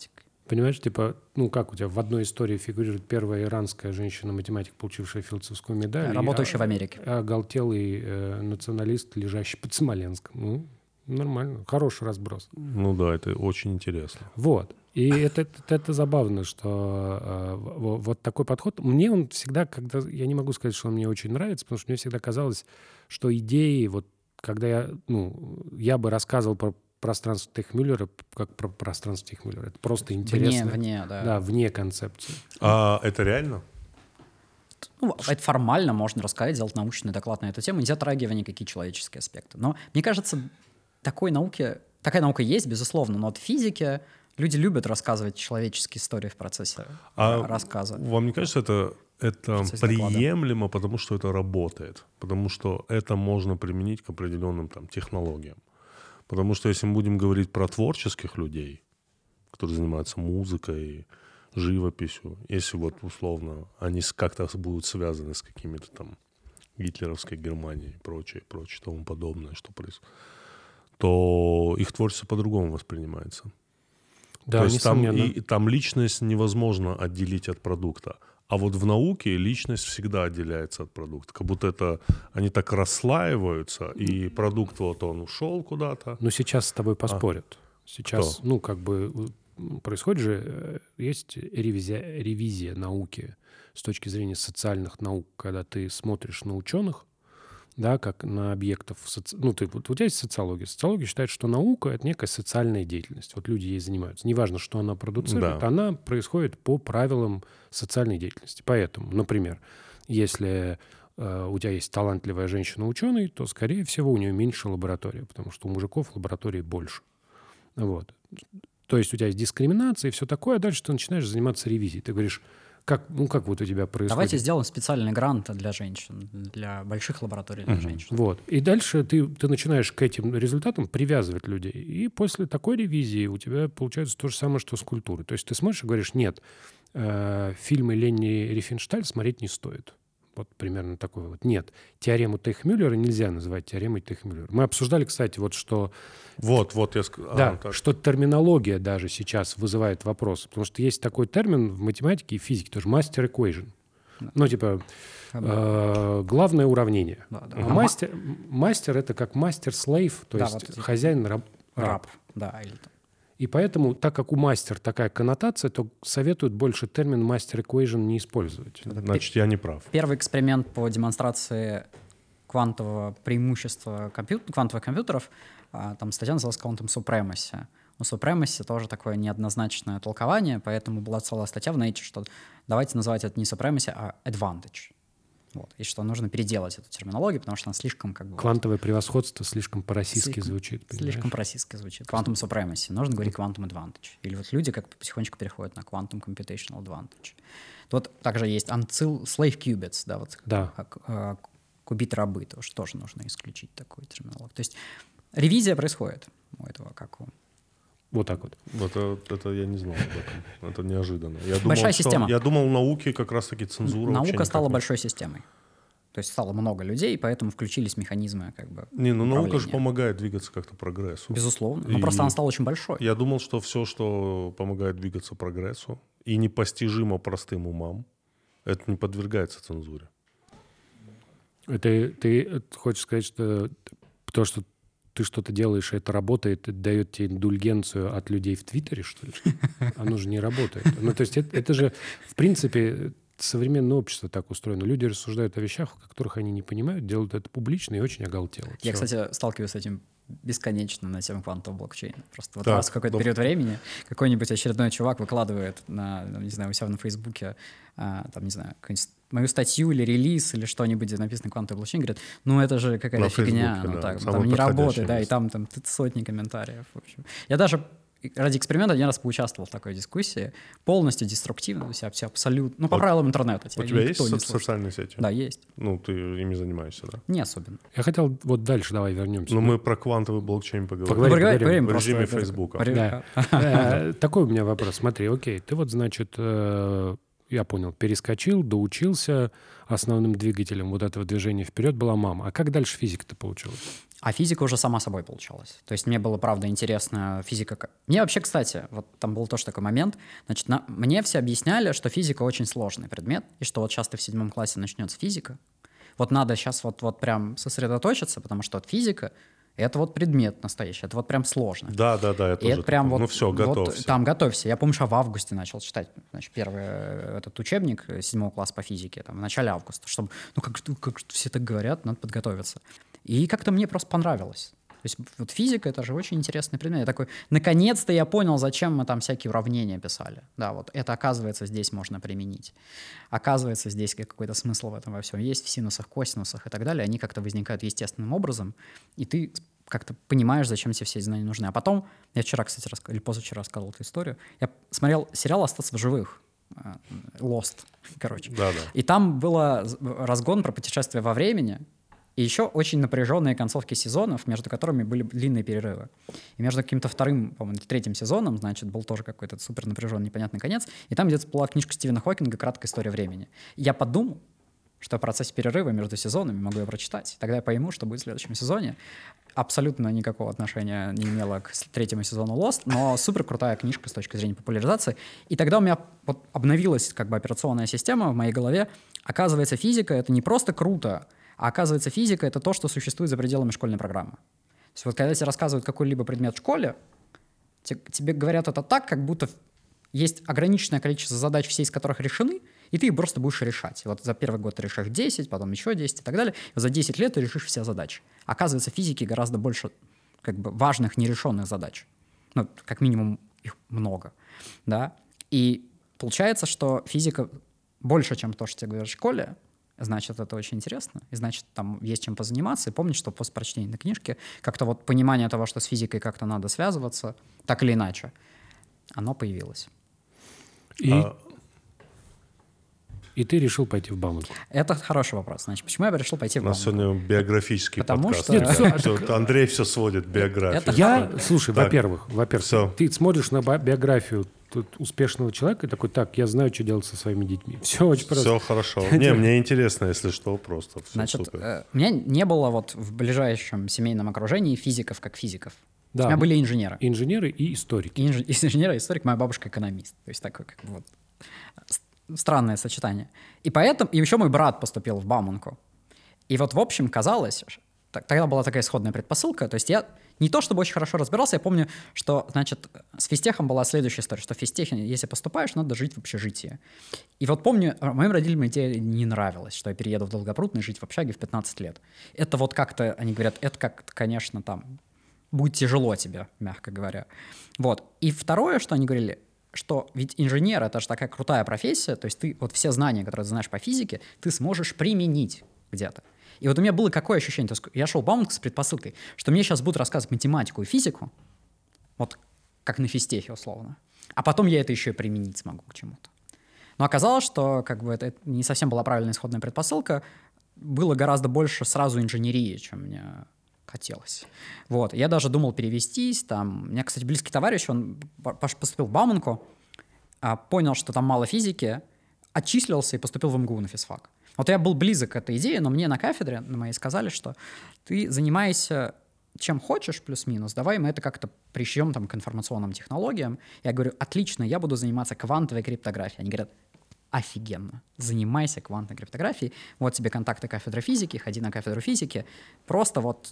Понимаешь, типа, ну как у тебя в одной истории фигурирует первая иранская женщина-математик, получившая филдсовскую медаль, Работающая в Америке. оголтелый националист, лежащий под Смоленском. Ну, нормально, хороший разброс. Ну да, это очень интересно. Вот. И это забавно, что вот такой подход. Мне он всегда, когда... Я не могу сказать, что он мне очень нравится, потому что мне всегда казалось, что идеи, вот когда я бы рассказывал про пространство Тейхмюллера как про пространство Тейхмюллера. Это просто интересно. Вне, да. Да, вне концепции. А это реально? Ну, это формально можно рассказать, сделать научный доклад на эту тему, не затрагивая никакие человеческие аспекты. Но мне кажется, такая наука есть, безусловно, но от физики люди любят рассказывать человеческие истории в процессе рассказа. Вам не кажется, это приемлемо, потому что это работает? Потому что это можно применить к определенным там технологиям. Потому что если мы будем говорить про творческих людей, которые занимаются музыкой, живописью, если вот условно они как-то будут связаны с какими-то там гитлеровской Германией и прочее, тому подобное, что происходит, то их творчество по-другому воспринимается. Да, то есть там личность невозможно отделить от продукта. А вот в науке личность всегда отделяется от продукта. Как будто они так расслаиваются, и продукт вот он ушел куда-то. Ну, сейчас с тобой поспорят. Сейчас, Кто? ну, как бы происходит же, есть ревизия науки с точки зрения социальных наук, когда ты смотришь на ученых, да, как на объектов. Ну, вот у тебя есть социология. Социология считает, что наука — это некая социальная деятельность. Вот люди ей занимаются. Неважно, что она продуцирует, она происходит по правилам социальной деятельности. Поэтому, например, если у тебя есть талантливая женщина-ученый, то, скорее всего, у нее меньше лаборатория, потому что у мужиков лаборатории больше. Вот. То есть у тебя есть дискриминация и все такое, а дальше ты начинаешь заниматься ревизией. Ты говоришь, как вот у тебя происходит? Давайте сделаем специальный грант для женщин, для больших лабораторий для женщин. Вот. И дальше ты начинаешь к этим результатам привязывать людей. И после такой ревизии у тебя получается то же самое, что с культурой. То есть ты смотришь и говоришь, нет, фильмы Ленни Рифеншталь смотреть не стоит. Вот примерно такой вот. Нет, теорему Тейхмюллера нельзя называть теоремой Тейхмюллера. Мы обсуждали, кстати, вот что... Вот я сказал. Да, что терминология даже сейчас вызывает вопросы. Потому что есть такой термин в математике и физике тоже, master equation. Ну, типа, главное уравнение. Да. А мастер — это как мастер-слейв, то есть вот хозяин-раб. Да, или там. И поэтому, так как у мастер такая коннотация, то советуют больше термин master equation не использовать. Значит, я не прав. Первый эксперимент по демонстрации квантового преимущества квантовых компьютеров, там статья называлась Quantum Supremacy. У Supremacy тоже такое неоднозначное толкование, поэтому была целая статья в Nature, что давайте называть это не Supremacy, а Advantage. Вот. И что нужно переделать эту терминологию, потому что она слишком как бы... Квантовое превосходство слишком по-российски звучит. Слишком по-российски звучит. Quantum Supremacy. Нужно говорить Quantum Advantage. Или вот люди как потихонечку переходят на Quantum Computational Advantage. Вот также есть slave qubits, да, вот как кубит-рабы, тоже нужно исключить такую терминологию. То есть ревизия происходит у этого, как у... Вот так вот. Это я не знал об этом. Это неожиданно. Большая система. Я думал, в науке как раз-таки цензура. Наука стала большой системой. То есть стало много людей, поэтому включились механизмы как бы наука же помогает двигаться как-то прогрессу. Безусловно. Но просто она стала очень большой. Я думал, что все, что помогает двигаться прогрессу и непостижимо простым умам, это не подвергается цензуре. Ты хочешь сказать, что то, что ты что-то делаешь, и это работает, это дает тебе индульгенцию от людей в Твиттере, что ли? Оно же не работает. Ну, то есть это же, в принципе, современное общество так устроено. Люди рассуждают о вещах, о которых они не понимают, делают это публично и очень оголтело. Я, кстати, сталкиваюсь с этим бесконечно на тему квантового блокчейна. Просто вот раз в какой-то период времени какой-нибудь очередной чувак выкладывает не знаю, у себя на Фейсбуке, там, не знаю, мою статью или релиз, или что-нибудь, где написано квантовый блокчейн, говорят, ну это же какая-то фигня, там не работает, да, и там сотни комментариев. В общем. Я даже ради эксперимента один раз поучаствовал в такой дискуссии, полностью деструктивно, то есть все абсолютно, по правилам интернета. У тебя есть социальные сети? Да, есть. Ну, ты ими занимаешься, да? Не особенно. Я хотел вот дальше, давай вернемся. Но мы про квантовый блокчейн поговорим. Поговорим в режиме Фейсбука. Такой у меня вопрос. Смотри, окей, ты вот, значит, я понял, перескочил, доучился основным двигателем вот этого движения вперед была мама. А как дальше физика-то получилась? А физика уже сама собой получалась. То есть мне было, правда, интересно физика. Мне вообще, кстати, вот там был тоже такой момент. Значит, мне все объясняли, что физика очень сложный предмет, и что вот сейчас ты в 7 классе начнется физика. Вот надо сейчас вот прям сосредоточиться, потому что вот физика — это вот предмет настоящий, это вот прям сложно. Да, я тоже. Это прям вот, ну все, готовься. Вот, там готовься. Я помню, что в августе начал читать, значит, первый этот учебник 7 класса по физике, там, в начале августа, чтобы, ну как все так говорят, надо подготовиться. И как-то мне просто понравилось. То есть вот физика — это же очень интересный предмет. Я такой, наконец-то я понял, зачем мы там всякие уравнения писали. Да, вот это, оказывается, здесь можно применить. Оказывается, здесь какой-то смысл в этом во всем есть, в синусах, косинусах и так далее. Они как-то возникают естественным образом, и ты как-то понимаешь, зачем тебе все эти знания нужны. А потом, я вчера, кстати, или позавчера рассказывал эту историю, я смотрел сериал «Остаться в живых», Lost, короче. Да. И там был разгон про путешествие во времени, и еще очень напряженные концовки сезонов, между которыми были длинные перерывы. И между каким-то вторым, по-моему, третьим сезоном, значит, был тоже какой-то супер напряженный, непонятный конец. И там где-то была книжка Стивена Хокинга «Краткая история времени». И я подумал, что в процессе перерыва между сезонами могу я прочитать. Тогда я пойму, что будет в следующем сезоне. Абсолютно никакого отношения не имела к третьему сезону Lost, но супер крутая книжка с точки зрения популяризации. И тогда у меня вот обновилась как бы операционная система в моей голове. Оказывается, физика — это не просто круто, а оказывается, физика — это то, что существует за пределами школьной программы. То есть вот когда тебе рассказывают какой-либо предмет в школе, тебе говорят это так, как будто есть ограниченное количество задач, все из которых решены, и ты их просто будешь решать. Вот за первый год ты решишь 10, потом еще 10 и так далее. И за 10 лет ты решишь все задачи. Оказывается, в физике гораздо больше как бы важных нерешенных задач. Ну, как минимум, их много. Да? И получается, что физика больше, чем то, что тебе говорят в школе. Значит, это очень интересно, и значит, там есть чем позаниматься. И помнить, что после прочтения книжки как-то вот понимание того, что с физикой как-то надо связываться, так или иначе, оно появилось. И ты решил пойти в Бауманку? Это хороший вопрос. Значит, почему я решил пойти в Бауманку? У нас сегодня биографический Потому подкаст. что... Андрей все сводит биографию. Слушай, во-первых, ты смотришь на биографию тут успешного человека и такой, так, я знаю, что делать со своими детьми. Все очень просто. Все хорошо. Не, мне интересно, если что, просто. Значит, у меня не было вот в ближайшем семейном окружении физиков как физиков. Да. У меня были инженеры. Инженеры и историки. Инженер и историк, моя бабушка экономист. То есть такое как бы вот странное сочетание. И поэтому, и еще мой брат поступил в Бауманку. И вот, в общем, казалось, тогда была такая исходная предпосылка, то есть я не то чтобы очень хорошо разбирался, я помню, что, значит, с физтехом была следующая история, что в физтехе, если поступаешь, надо жить в общежитии. И вот помню, моим родителям идея не нравилась, что я перееду в Долгопрудный жить в общаге в 15 лет. Это вот как-то, они говорят, это как-то, конечно, там, будет тяжело тебе, мягко говоря. Вот. И второе, что они говорили, что ведь инженер — это же такая крутая профессия, то есть ты вот все знания, которые ты знаешь по физике, ты сможешь применить где-то. И вот у меня было какое ощущение, то есть я шел в Бауманку с предпосылкой, что мне сейчас будут рассказывать математику и физику, вот как на физтехе условно, а потом я это еще и применить смогу к чему-то. Но оказалось, что как бы это не совсем была правильная исходная предпосылка, было гораздо больше сразу инженерии, чем мне хотелось. Вот. Я даже думал перевестись. Там. У меня, кстати, близкий товарищ, он поступил в Бауманку, понял, что там мало физики, отчислился и поступил в МГУ на физфак. Вот я был близок к этой идее, но мне на кафедре на моей сказали, что ты занимаешься чем хочешь, плюс-минус, давай мы это как-то пришьем там, к информационным технологиям. Я говорю, отлично, я буду заниматься квантовой криптографией. Они говорят, офигенно, занимайся квантовой криптографией, вот тебе контакты кафедры физики, ходи на кафедру физики, просто вот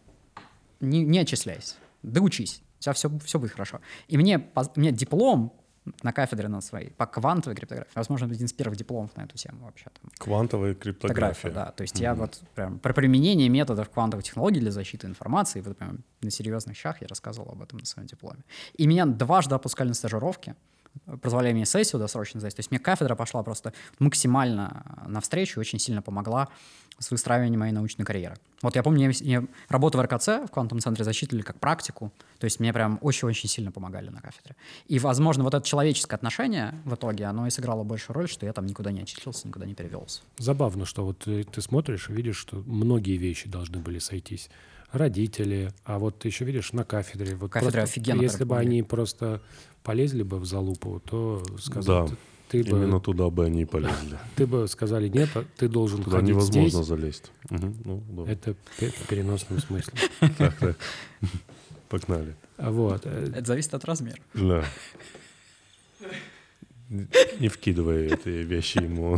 не отчисляйся, доучись, у тебя все будет хорошо. И мне диплом на кафедре на своей по квантовой криптографии, возможно, один из первых дипломов на эту тему вообще. Там. Квантовая криптография. Да, то есть я вот прям про применение методов квантовых технологий для защиты информации, вот прям на серьезных щах я рассказывал об этом на своем дипломе. И меня дважды опускали на стажировки, позволяя мне сессию досрочно сдать. То есть мне кафедра пошла просто максимально навстречу и очень сильно помогла с выстраиванием моей научной карьеры. Вот я помню, я работу в РКЦ, в квантовом центре засчитывали как практику, то есть мне прям очень-очень сильно помогали на кафедре. И, возможно, вот это человеческое отношение в итоге, оно и сыграло большую роль, что я там никуда не отчислился, никуда не перевелся. Забавно, что вот ты смотришь и видишь, что многие вещи должны были сойтись. Родители, а вот еще видишь на кафедре. Вот кафедра офигенно. Если бы они просто полезли бы в залупу, то сказали, ты бы... Именно туда бы они и полезли. Ты бы сказали, нет, ты должен Туда ходить невозможно здесь. залезть. Ну, да. Это в переносном смысле. Так. Погнали. Вот. Это зависит от размера. Да. Не вкидывай эти вещи ему.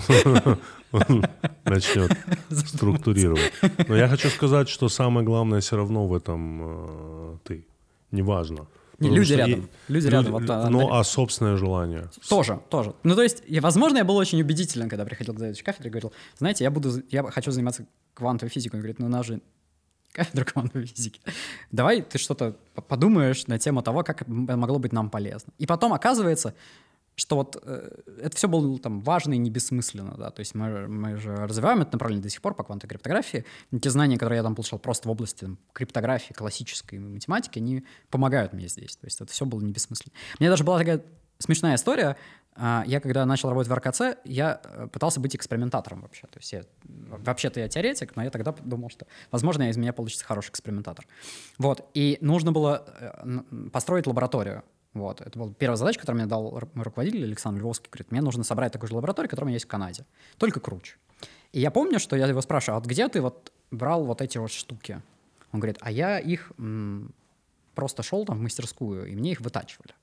Он начнет структурировать. Но я хочу сказать, что самое главное все равно в этом ты. Неважно. Не, Потому люди что рядом. Люди рядом. Вот, а собственное желание. Тоже. Ну, то есть, возможно, я был очень убедителен, когда приходил к заведующей кафедры и говорил, знаете, я хочу заниматься квантовой физикой. Он говорит, ну, у нас же кафедра квантовой физики. Давай ты что-то подумаешь на тему того, как это могло быть нам полезно. И потом оказывается, что вот это все было там важно и не бессмысленно, да, то есть мы же развиваем это направление до сих пор по квантовой криптографии. И те знания, которые я там получал просто в области там, криптографии, классической математики, они помогают мне здесь, то есть это все было не бессмысленно. У меня даже была такая смешная история. Я когда начал работать в РКЦ, я пытался быть экспериментатором вообще. То есть вообще-то я теоретик, но я тогда думал, что, возможно, из меня получится хороший экспериментатор. Вот. И нужно было построить лабораторию. Вот. Это была первая задача, которую мне дал мой руководитель Александр Львовский. Говорит, мне нужно собрать такую же лабораторию, которая у меня есть в Канаде. Только круче. И я помню, что я его спрашиваю, а вот где ты вот брал вот эти вот штуки? Он говорит, а я их просто шел там в мастерскую, и мне их вытачивали.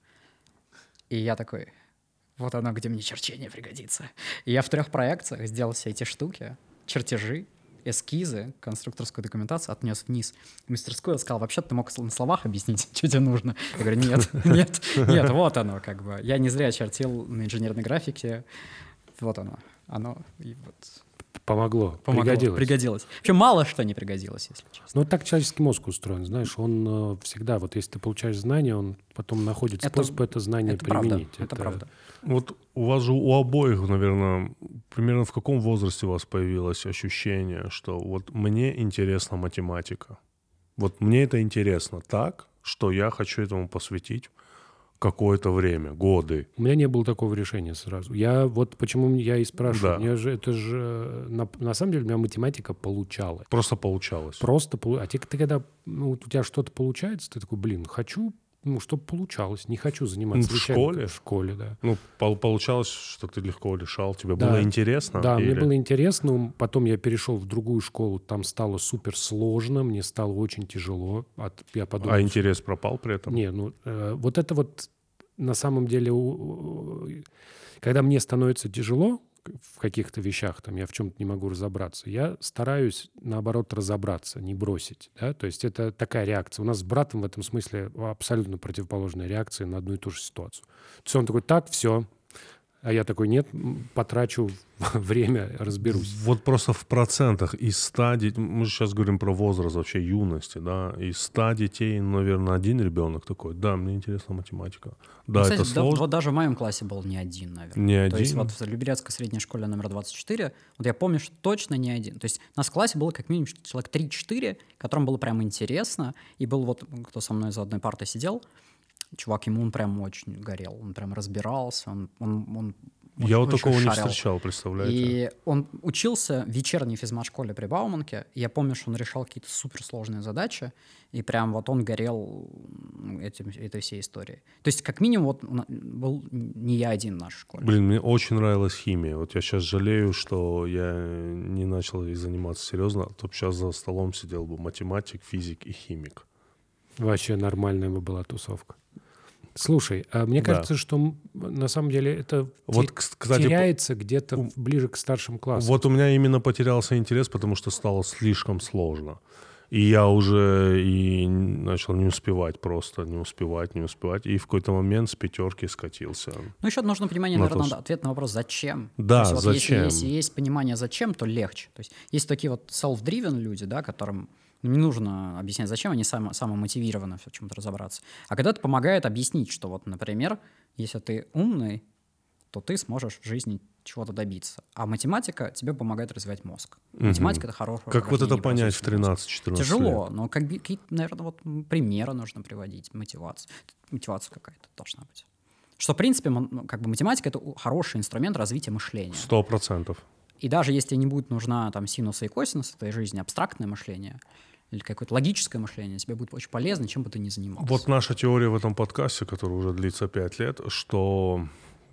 И я такой, вот оно, где мне черчение пригодится. И я в 3 проекциях сделал все эти штуки, чертежи, эскизы, конструкторскую документацию отнес вниз в мастерскую, сказал, вообще-то ты мог на словах объяснить, что тебе нужно. Я говорю, нет, вот оно как бы. Я не зря чертил на инженерной графике. Вот оно. И вот Помогло. Пригодилось. Вообще мало что не пригодилось, если честно. Ну, так человеческий мозг устроен, знаешь, он всегда, вот если ты получаешь знания, он потом находит способ это знание применить. Это правда. Вот у вас же у обоих, наверное, примерно в каком возрасте у вас появилось ощущение, что вот мне интересна математика. Вот мне это интересно так, что я хочу этому посвятить какое-то время, годы. У меня не было такого решения сразу. Вот почему я и спрашиваю. Да. Это же на самом деле у меня математика получалась. Просто получалось. А ты когда у тебя что-то получается, ты такой, хочу, чтобы получалось. Не хочу заниматься В школе? В школе, да. Ну, получалось, что ты легко решал. Тебе было интересно? Да, мне было интересно. Потом я перешел в другую школу. Там стало супер сложно. Мне стало очень тяжело. Я подумал, а интерес пропал при этом? Не, вот это вот на самом деле, когда мне становится тяжело в каких-то вещах, там я в чем-то не могу разобраться, я стараюсь, наоборот, разобраться, не бросить. Да? То есть это такая реакция. У нас с братом в этом смысле абсолютно противоположная реакция на одну и ту же ситуацию. То есть он такой, так, все. А я такой, нет, потрачу время, разберусь. Вот просто в процентах из 100 детей, мы же сейчас говорим про возраст вообще юности, да, из 100 детей, наверное, 1 ребенок такой, да, мне интересна математика. Да, кстати, это сложно. Вот даже в моем классе был не один, наверное. Не То один? есть вот в Люберецкой средней школе номер 24, вот я помню, что точно не один. То есть у нас в классе было как минимум человек 3-4, которым было прям интересно, и был вот, кто со мной за одной партой сидел, чувак, ему он прям очень горел, он прям разбирался, он Я вот такого не шарил. встречал, представляете? И он учился в вечерней физмат-школе при Бауманке. Я помню, что он решал какие-то суперсложные задачи, и прям вот он горел этой всей историей. То есть, как минимум, вот был не я один в нашей школе. Блин, мне очень нравилась химия. Вот я сейчас жалею, что я не начал ей заниматься серьезно, а то сейчас за столом сидел бы математик, физик и химик. Вообще нормальная бы была тусовка. Слушай, а мне кажется, что на самом деле это вот, кстати, теряется где-то ближе к старшим классам. Вот у меня именно потерялся интерес, потому что стало слишком сложно. И я уже и начал не успевать просто, не успевать. И в какой-то момент с 5 скатился. Ну, еще нужно понимание, наверное, надо ответ на вопрос «зачем?». Да, то есть, зачем? Если есть понимание «зачем», то легче. То есть есть такие вот self-driven люди, да, которым не нужно объяснять, зачем, они самомотивированы в чем-то разобраться. А когда это помогает объяснить, что вот, например, если ты умный, то ты сможешь в жизни чего-то добиться. А математика тебе помогает развивать мозг. Математика — это хорошая. Как вот это понять в 13-14 Тяжело, лет? но какие-то, наверное, вот примеры нужно приводить, мотивация какая-то должна быть. Что, в принципе, как бы математика — это хороший инструмент развития мышления. 100%. И даже если не будет нужна там синусы и косинусы в твоей жизни, абстрактное мышление или какое-то логическое мышление тебе будет очень полезно, чем бы ты ни занимался. Вот наша теория в этом подкасте, который уже длится 5 лет, что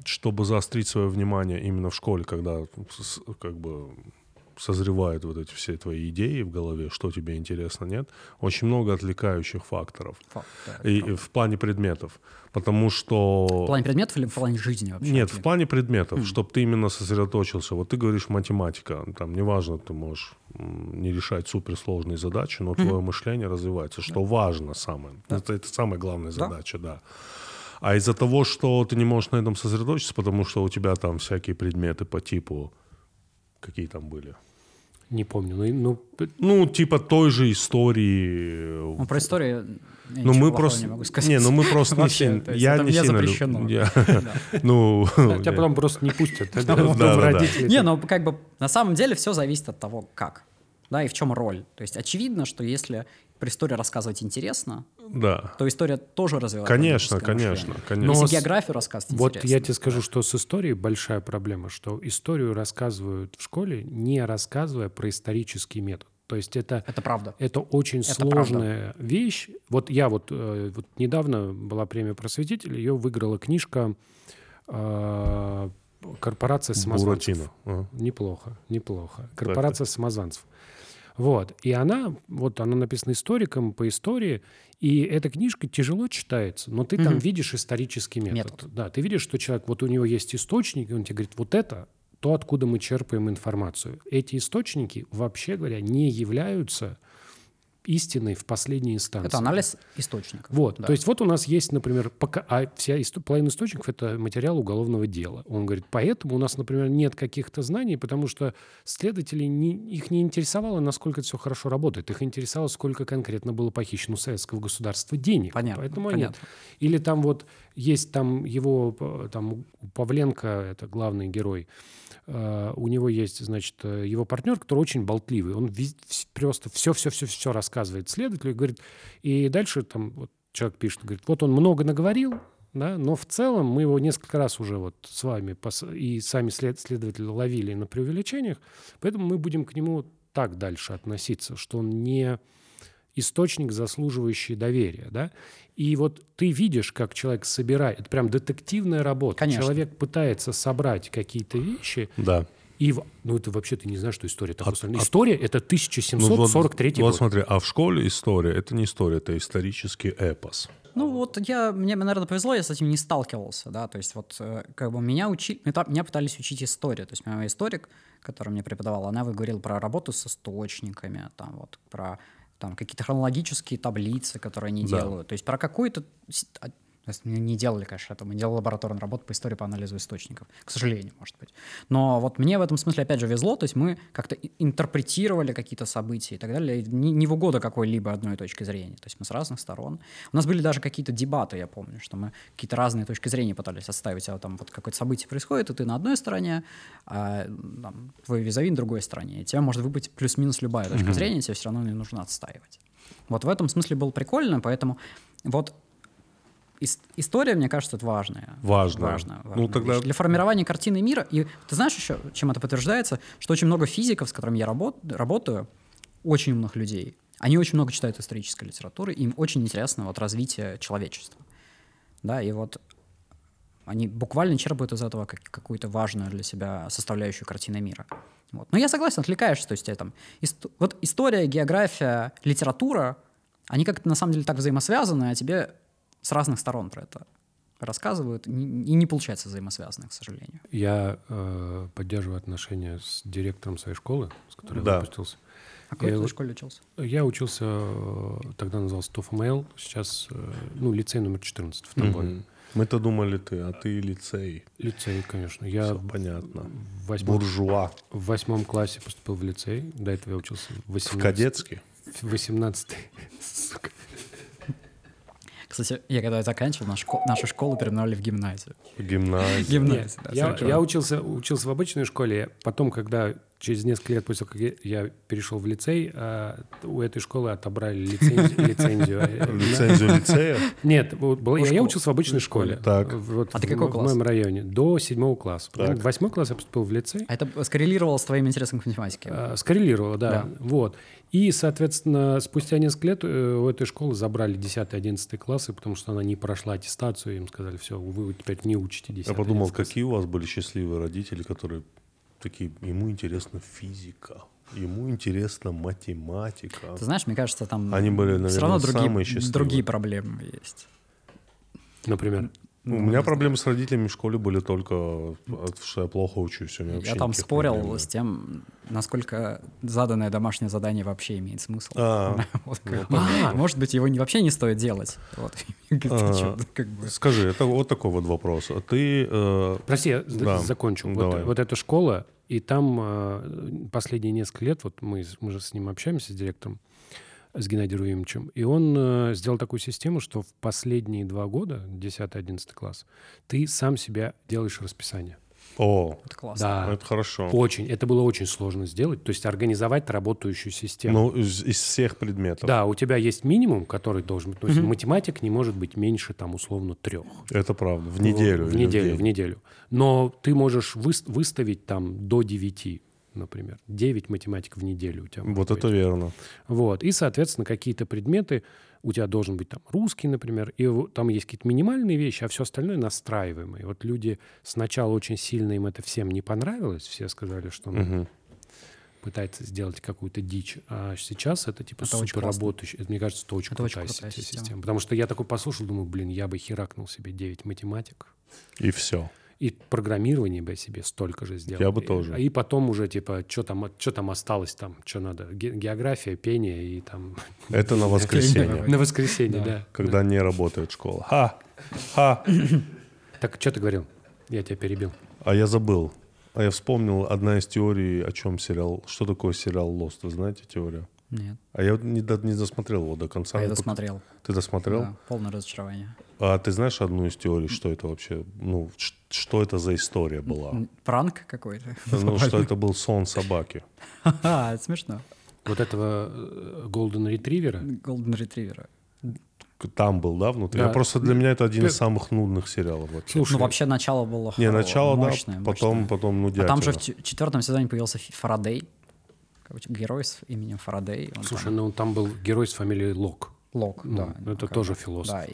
чтобы заострить свое внимание именно в школе, когда как бы созревают вот эти все твои идеи в голове, что тебе интересно, нет, очень много отвлекающих факторов. И в плане предметов. Потому что... В плане предметов или в плане жизни вообще? Нет, в плане предметов, чтобы ты именно сосредоточился. Вот ты говоришь математика, там неважно, ты можешь не решать суперсложные задачи, но твое мышление развивается, что важно самое. Это самая главная задача, да. А из-за того, что ты не можешь на этом сосредоточиться, потому что у тебя там всякие предметы по типу... Какие там были? Не помню. Ну, типа той же истории. Ну, про историю я ну, ничего мы просто... не могу сказать. Не, ну мы просто не Вообще, сильно... Я это не мне сильно... запрещено. Ну... Тебя потом просто не пустят. Да. Не, ну как бы на самом деле все зависит от того, как. Да, и в чем роль. То есть очевидно, что если про историю рассказывать интересно, да. то история тоже развивает. Конечно. Если географию рассказывать интересно. Вот я тебе скажу, что с историей большая проблема, что историю рассказывают в школе, не рассказывая про исторический метод. То есть это правда. Это очень сложная вещь. Вот я вот недавно была премия «Просветитель», ее выиграла книжка «Корпорация самозванцев». Неплохо. «Корпорация самозванцев». Вот. И она написана историком по истории, и эта книжка тяжело читается, но ты там видишь исторический метод. Да, ты видишь, что человек, вот у него есть источник, и он тебе говорит, вот это то, откуда мы черпаем информацию. Эти источники, вообще говоря, не являются истиной в последней инстанции. Это анализ источников. Вот. Да. То есть вот у нас есть, например, половина источников — это материал уголовного дела. Он говорит, поэтому у нас, например, нет каких-то знаний, потому что следователей их не интересовало, насколько это все хорошо работает. Их интересовало, сколько конкретно было похищено у советского государства денег. Понятно. Поэтому понятно. Нет. Или там вот есть там его, там Павленко, это главный герой, у него есть, значит, его партнер, который очень болтливый. Он просто все рассказывает следователю и говорит... И дальше там вот человек пишет, говорит, вот он много наговорил, да, но в целом мы его несколько раз уже вот с вами и сами следователи ловили на преувеличениях, поэтому мы будем к нему так дальше относиться, что он не источник, заслуживающий доверия, да. И вот ты видишь, как человек собирает, это прям детективная работа. Конечно. Человек пытается собрать какие-то вещи. Да. И, ты вообще ты не знаешь, что история так устроена. История — это 1743 год. Вот смотри, а в школе история — это не история, это исторический эпос. Ну вот мне, наверное, повезло, я с этим не сталкивался, да, то есть вот как бы меня пытались учить историю, то есть моя историк, которая мне преподавала, она говорила про работу с источниками, там вот про там какие-то хронологические таблицы, которые они делают, то есть про какую-то... Не делали, конечно, это. Мы делали лабораторную работу по истории по анализу источников. К сожалению, может быть. Но вот мне в этом смысле, опять же, везло. То есть мы как-то интерпретировали какие-то события и так далее. Не в угоду какой-либо одной точки зрения. То есть мы с разных сторон. У нас были даже какие-то дебаты, я помню, что мы какие-то разные точки зрения пытались отставить. А там вот какое-то событие происходит, и ты на одной стороне, а там, твой визави на другой стороне. И тебе может быть плюс-минус любая точка зрения, тебе все равно не нужно отстаивать. Вот в этом смысле было прикольно, поэтому вот история, мне кажется, это важная. Важная. Ну, тогда... Для формирования картины мира. И ты знаешь еще, чем это подтверждается? Что очень много физиков, с которыми я работаю, очень умных людей, они очень много читают исторической литературы, им очень интересно вот развитие человечества. Да, и вот они буквально черпают из этого какую-то важную для себя составляющую картины мира. Вот. Но я согласен, отвлекаешься. То есть там, вот история, география, литература, они как-то на самом деле так взаимосвязаны, а тебе с разных сторон про это рассказывают, и не получается взаимосвязанных, к сожалению. Я поддерживаю отношения с директором своей школы, с которой я выпустился. А в какой ты школе учился? Я учился, тогда назывался ТОФМЛ, сейчас лицей номер 14 в Тамбове. Мы-то думали а ты лицей. Лицей, конечно. Все понятно. Буржуа. В 8 классе поступил в лицей. До этого я учился в 18. В кадетский? В 18. Сука. Кстати, я когда заканчивал, нашу школу переименовали в гимназию. Гимназию. Я учился в обычной школе. Потом, когда через несколько лет после того, как я перешел в лицей, у этой школы отобрали лицензию. Лицензию лицея? Нет, я учился в обычной школе. Так. А ты какой в класс? моем районе. До 7 класса. В 8 класс я поступил в лицей. А это скоррелировало с твоим интересом к математике? Скоррелировало, да. Да. Вот. И, соответственно, спустя несколько лет у этой школы забрали 10-11 классы, потому что она не прошла аттестацию, им сказали, все, вы теперь не учите 10 Я подумал, какие у вас были счастливые родители, которые такие, ему интересна физика, ему интересна математика. Ты знаешь, мне кажется, там Они были, наверное, все равно самые счастливые. другие проблемы есть. Например. У меня проблемы с родителями в школе были только, что я плохо учусь. У меня вообще Я там никаких спорил проблем нет. с тем, насколько заданное домашнее задание вообще имеет смысл. Вот, может быть, его вообще не стоит делать. Вот. Как бы. Скажи, это вот такой вот вопрос. А ты... Прости, я Да, закончу. давай. Вот эта школа, и там последние несколько лет, вот мы же с ним общаемся, с директором, с Геннадием Руимовичем, и он сделал такую систему, что в последние 2 года, 10-11 класс, ты сам себя делаешь расписание. О, Это классно. Да, это хорошо. очень. Это было очень сложно сделать, то есть организовать работающую систему. Ну, из всех предметов. Да, у тебя есть минимум, который должен быть. То есть математик не может быть меньше, там, условно, 3. Это правда. В неделю. В или неделю, день. в неделю. Но ты можешь выставить там до 9, например. 9 математик в неделю у тебя может Вот быть. это верно. Вот. И, соответственно, какие-то предметы, у тебя должен быть там русский, например, и там есть какие-то минимальные вещи, а все остальное настраиваемое. И вот люди сначала очень сильно им это всем не понравилось, все сказали, что пытается сделать какую-то дичь, а сейчас это типа Это очень супер классно. работающий. Это, мне кажется, это очень Это очень крутая крутая система. система. Потому что я такой послушал, думаю, блин, я бы херакнул себе 9 математик. И все. И программирование бы я себе столько же сделал. Я бы тоже. И потом уже, типа, что там осталось, там, что надо, география, пение и там... Это на воскресенье. На воскресенье, да. Когда не работает школа. Ха! Так, что ты говорил? Я тебя перебил. А я забыл. А я вспомнил одна из теорий, о чем сериал. Что такое сериал Lost? Вы знаете теорию? Нет. А я не досмотрел его до конца. А я досмотрел. Ты досмотрел? Да, полное разочарование. А ты знаешь одну из теорий, что это вообще, ну, что это за история была? Пранк какой-то. Ну, что это был сон собаки. Ха-ха, это смешно. Вот этого Golden Retriever. Golden Retriever. Там был, да, внутри? Да. Я просто для меня это один из самых нудных сериалов вообще. Слушай, Ну, вообще, начало было Не, начало, мощное, да, потом А нудятина. там же в 4 сезоне появился Фарадей. Короче, герой с именем Фарадей. Он слушай, там- ну там был герой с фамилией Лок. Лок, Ну, да. это как тоже бы. философ. Да,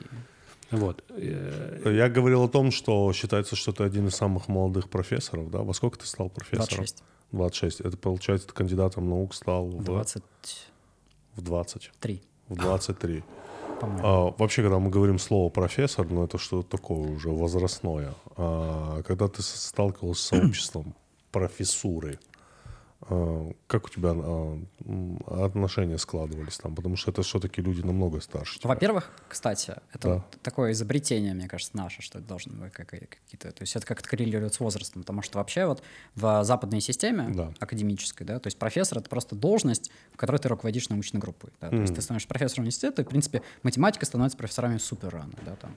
Вот. Я говорил о том, что считается, что ты один из самых молодых профессоров, да? Во сколько ты стал профессором? 26. 26. Это, получается, ты кандидатом наук стал 23, в 20. В 23. по-моему. Вообще, когда мы говорим слово «профессор», ну, это что-то такое уже возрастное. Когда ты сталкивался с сообществом профессуры, как у тебя отношения складывались там? Потому что это все-таки люди намного старше тебя. Во-первых, кстати, это Да. вот такое изобретение, мне кажется, наше, что это должно быть какие-то... То есть это как-то коррелирует с возрастом, потому что вообще вот в западной системе Да. академической, да, то есть профессор — это просто должность, в которой ты руководишь научной группой. Да, то есть ты становишься профессором университета, и, в принципе, математика становится профессорами супер рано. Да, там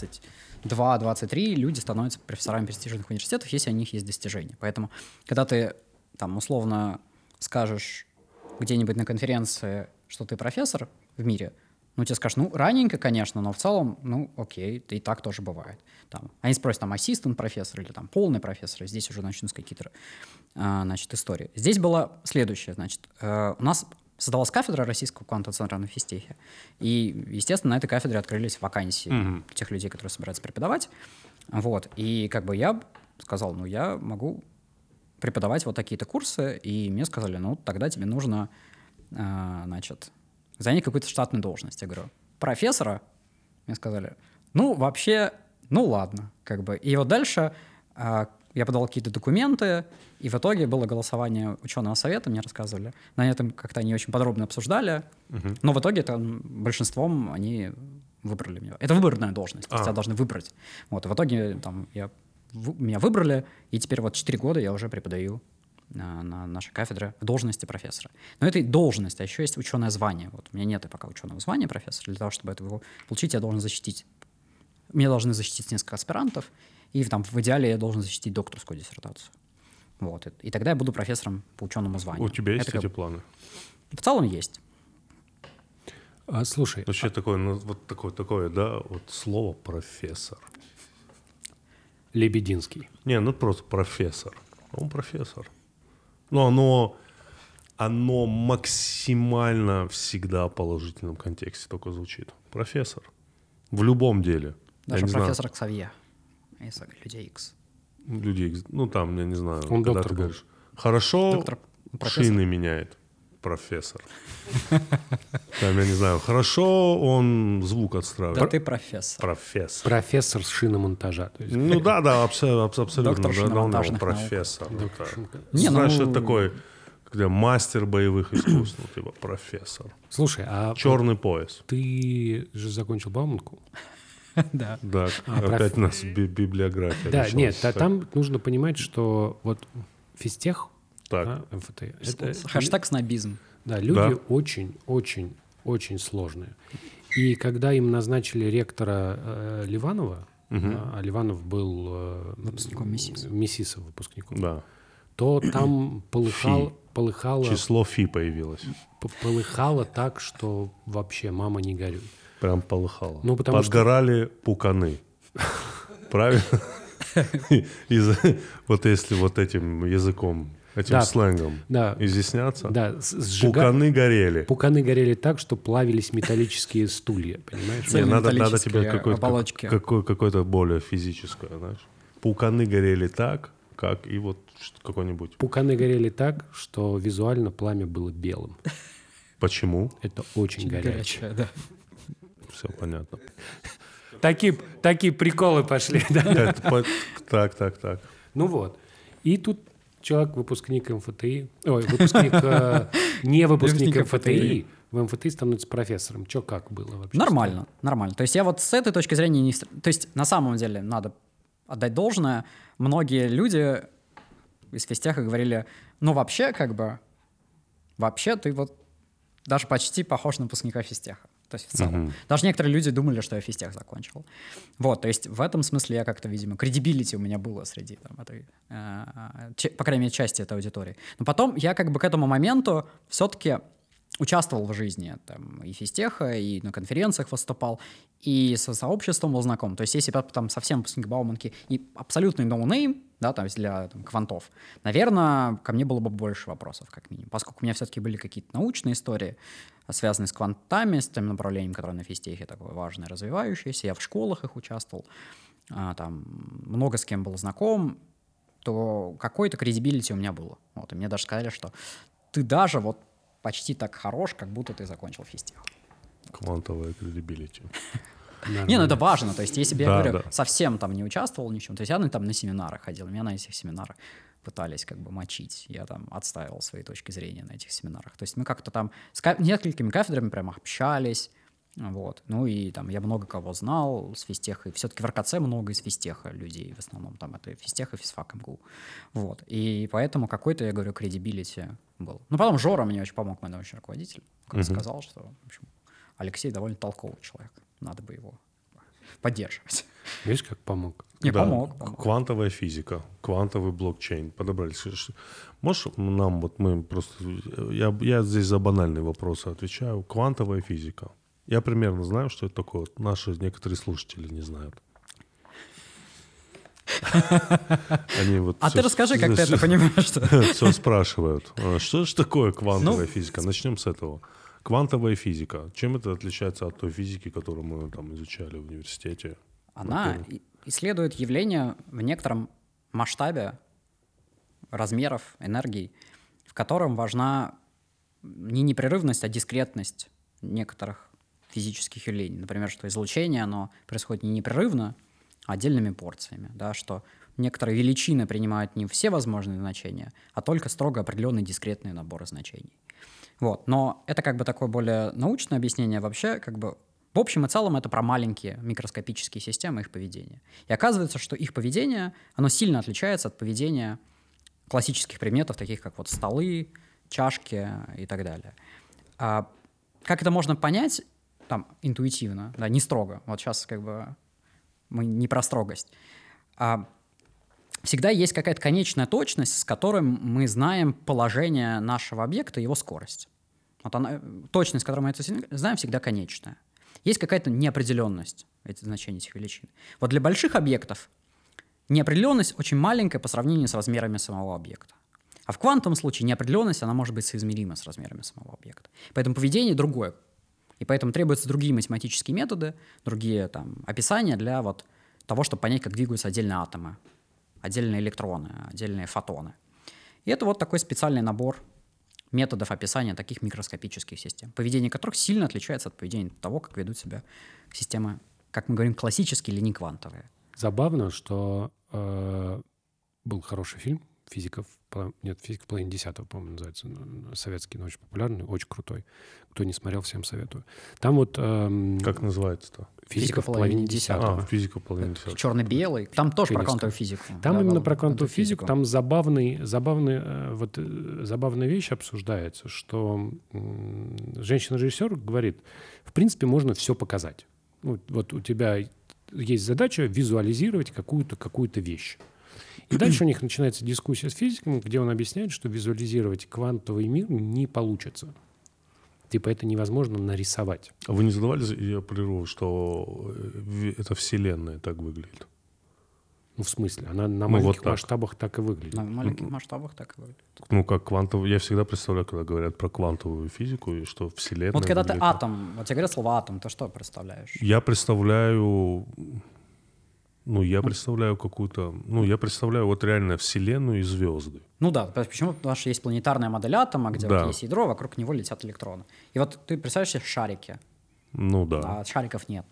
22-23 люди становятся профессорами престижных университетов, если у них есть достижения. Поэтому, когда ты там условно скажешь где-нибудь на конференции, что ты профессор в мире, ну, тебе скажут, ну, раненько, конечно, но в целом, ну, окей, и так тоже бывает. Там, они спросят, там, ассистент профессор или там полный профессор, и здесь уже начнутся какие-то, значит, истории. Здесь было следующее, значит, у нас создалась кафедра Российского квантового центра на физтехе, и, естественно, на этой кафедре открылись вакансии тех людей, которые собираются преподавать, вот, и как бы я сказал, ну, я могу преподавать вот такие-то курсы, и мне сказали, ну, тогда тебе нужно, значит, занять какую-то штатную должность. Я говорю, профессора? Мне сказали, ну, вообще, ну, ладно, как бы. И вот дальше я подал какие-то документы, и в итоге было голосование ученого совета, мне рассказывали. На этом как-то они очень подробно обсуждали, но в итоге там большинством они выбрали меня. Это выборная должность, то есть тебя должны выбрать. Вот, и в итоге там меня выбрали, и теперь вот 4 года я уже преподаю на нашей кафедре в должности профессора. Но это и должность, а еще есть ученое звание. Вот у меня нет пока ученого звания профессора. Для того, чтобы его получить, я должен защитить. Меня должны защитить несколько аспирантов, и там в идеале я должен защитить докторскую диссертацию. Вот. И тогда я буду профессором по ученому званию. У тебя есть Это эти планы? В целом есть. Слушай, Вообще такое, ну, вот такое, да, вот слово профессор. Лебединский. Не, ну просто профессор. Он профессор. Но оно максимально всегда в положительном контексте только звучит. Профессор. В любом деле. Даже Я не знаю, профессор Ксавье из Людей Икс. людей, ну там, я не знаю, Он когда доктор ты был. говоришь, хорошо Доктор, профессор. шины меняет. Профессор. Там, я не знаю, хорошо он звук Да отстраивает. ты профессор. Профессор. Профессор шиномонтажа. То есть, Ну да, абсолютно. Доктор Да, шиномонтажных да, наук. профессор. доктор Это, Шинка. Не, знаешь, ну- это такой, когда мастер боевых искусств, ну, типа профессор. Слушай, а Черный пояс. ты же закончил Бауманку? Да. Да, опять у нас библиография. Да, началась. нет, там нужно понимать, что вот физтех, Так. да, МФТ, это Хэштег снобизм. да, люди Да. очень сложные. И когда им назначили ректора Ливанова, а Ливанов был Выпускником МИСИС. МИСИСа выпускником, Да. то там полыхало Число фи появилось. так, что вообще мама не горюй. Прям полыхало. Ну, потому что- Подгорали пуканы. Правильно? Вот если вот этим языком, этим Да. сленгом Да. изъясняться, Да, пуканы горели. Пуканы горели так, что плавились металлические стулья, понимаешь? Цель- Не, надо тебе металлические оболочки. какое-то более физическое, знаешь. Пуканы горели так, как и вот какой-нибудь. Пуканы горели так, что визуально пламя было белым. Почему? Это очень горячее. Горячая, да. Все понятно. Такие приколы пошли, да? Так. Ну вот. И тут человек, выпускник МФТИ, выпускник, не выпускник Выпускник МФТИ, в МФТИ становится профессором. Че как было вообще? Нормально. То есть я вот с этой точки зрения не... То есть на самом деле надо отдать должное. Многие люди из физтеха говорили, ну вообще вообще ты вот даже почти похож на выпускника физтеха. То есть в целом. Даже некоторые люди думали, что я физтех закончил. Вот, то есть в этом смысле я как-то, видимо, кредибилити у меня было среди там, этой, по крайней мере, части этой аудитории. Но потом я как бы к этому моменту все-таки участвовал в жизни там, и физтеха, и на конференциях выступал, и со сообществом был знаком. То есть если бы я там совсем выпускник Бауманки и абсолютный ноунейм, да, то есть для там, квантов, наверное, ко мне было бы больше вопросов, как минимум. Поскольку у меня все-таки были какие-то научные истории, связанные с квантами, с тем направлением, которое на физтехе такое важное, развивающееся. Я в школах их участвовал, там много с кем был знаком, то какой-то кредибилити у меня было. Вот, и мне даже сказали, что ты даже вот почти так хорош, как будто ты закончил физтех. Квантовая кредибилити. Не, ну это важно. То есть, если бы я Да, говорю, да. совсем там не участвовал ни в чем, то есть я там на семинарах ходил, меня на этих семинарах пытались как бы мочить. Я там отстаивал свои точки зрения на этих семинарах. То есть мы как-то там с несколькими кафедрами прям общались. Вот. Ну и там я много кого знал с физтеха. И все-таки в РКЦ много из физтеха людей. В основном там это физтех и физфак МГУ. Вот. И поэтому какой-то, я говорю, кредибилити был. Ну потом Жора мне очень помог, мой научный руководитель. Как сказал, что в общем, Алексей довольно толковый человек. Надо бы его поддерживать. Видишь, как помог? Не, Да. помог. Квантовая физика, квантовый блокчейн. Подобрали. Можешь нам, вот мы просто... Я здесь за банальные вопросы отвечаю. Квантовая физика. Я примерно знаю, что это такое. Вот наши некоторые слушатели не знают. Они вот А всё- ты расскажи, как ты это понимаешь. Все спрашивают. Что же такое квантовая физика? Начнем с этого. Квантовая физика. Чем это отличается от той физики, которую мы там изучали в университете? Она исследует явления в некотором масштабе размеров, энергий, в котором важна не непрерывность, а дискретность некоторых физических явлений. Например, что излучение, оно происходит не непрерывно, а отдельными порциями. Да, что некоторые величины принимают не все возможные значения, а только строго определенные дискретные наборы значений. Вот. Но это как бы такое более научное объяснение. Вообще, как бы, в общем и целом, это про маленькие микроскопические системы, их поведения. И оказывается, что их поведение, оно сильно отличается от поведения классических предметов, таких как вот столы, чашки и так далее. Как это можно понять, там, интуитивно, да, не строго. Вот сейчас как бы мы не про строгость. всегда есть какая-то конечная точность, с которой мы знаем положение нашего объекта и его скорость. Вот точность, с которой мы это знаем, всегда конечная. Есть какая-то неопределенность значений этих величин. Вот для больших объектов неопределенность очень маленькая по сравнению с размерами самого объекта. А в квантовом случае неопределенность, она может быть соизмерима с размерами самого объекта. Поэтому поведение другое. И поэтому требуются другие математические методы, другие описания для того, чтобы понять, как двигаются отдельные атомы, отдельные электроны, отдельные фотоны. И это такой специальный набор методов описания таких микроскопических систем, поведение которых сильно отличается от поведения того, как ведут себя системы, как мы говорим, классические или не квантовые. Забавно, что был хороший фильм «Физика в половине 10-го», по-моему, называется, советский, но очень популярный, очень крутой. Кто не смотрел, всем советую. Там Как называется-то? «Физика в половине 10-го». «Физика в половине 10-го». Черно-белый. Там тоже про квантовую физику. Там именно про квантовую физику. Там забавная вещь обсуждается, что женщина-режиссер говорит, в принципе, можно все показать. Вот у тебя есть задача визуализировать какую-то вещь. И дальше у них начинается дискуссия с физиком, где он объясняет, что визуализировать квантовый мир не получится. Типа это невозможно нарисовать. А вы не задавались, я прерву, что эта Вселенная так выглядит? В смысле? Она на маленьких масштабах так и выглядит. На маленьких масштабах так и Как выглядит. квантовый. Я всегда представляю, когда говорят про квантовую физику, и что Вселенная... Когда ты атом, тебе говорят слово атом, ты что представляешь? Я представляю... я представляю какую-то... я представляю реально Вселенную и звезды. Почему? Потому что есть планетарная модель атома, где есть ядро, вокруг него летят электроны. И ты представляешь себе шарики. А шариков нет.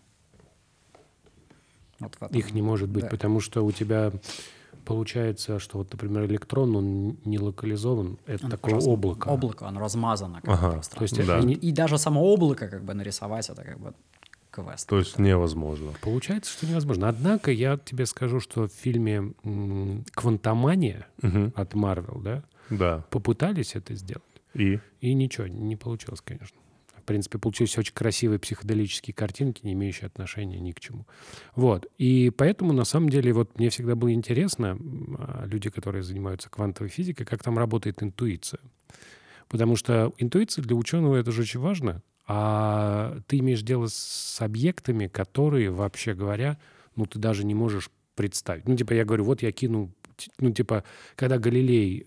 Их не может быть, потому что у тебя получается, что например, электрон, он не локализован, это такое облако. Облако, оно размазано. То есть, и даже само облако нарисовать, это квест. То есть невозможно. Получается, что невозможно. Однако я тебе скажу, что в фильме «Квантомания» от Marvel, попытались это сделать. И ничего, не получилось, конечно. В принципе, получились очень красивые психоделические картинки, не имеющие отношения ни к чему. И поэтому, на самом деле, мне всегда было интересно, люди, которые занимаются квантовой физикой, как там работает интуиция. Потому что интуиция для ученого — это же очень важно. А ты имеешь дело с объектами, которые, вообще говоря, ты даже не можешь представить. Я говорю, я кину... когда Галилей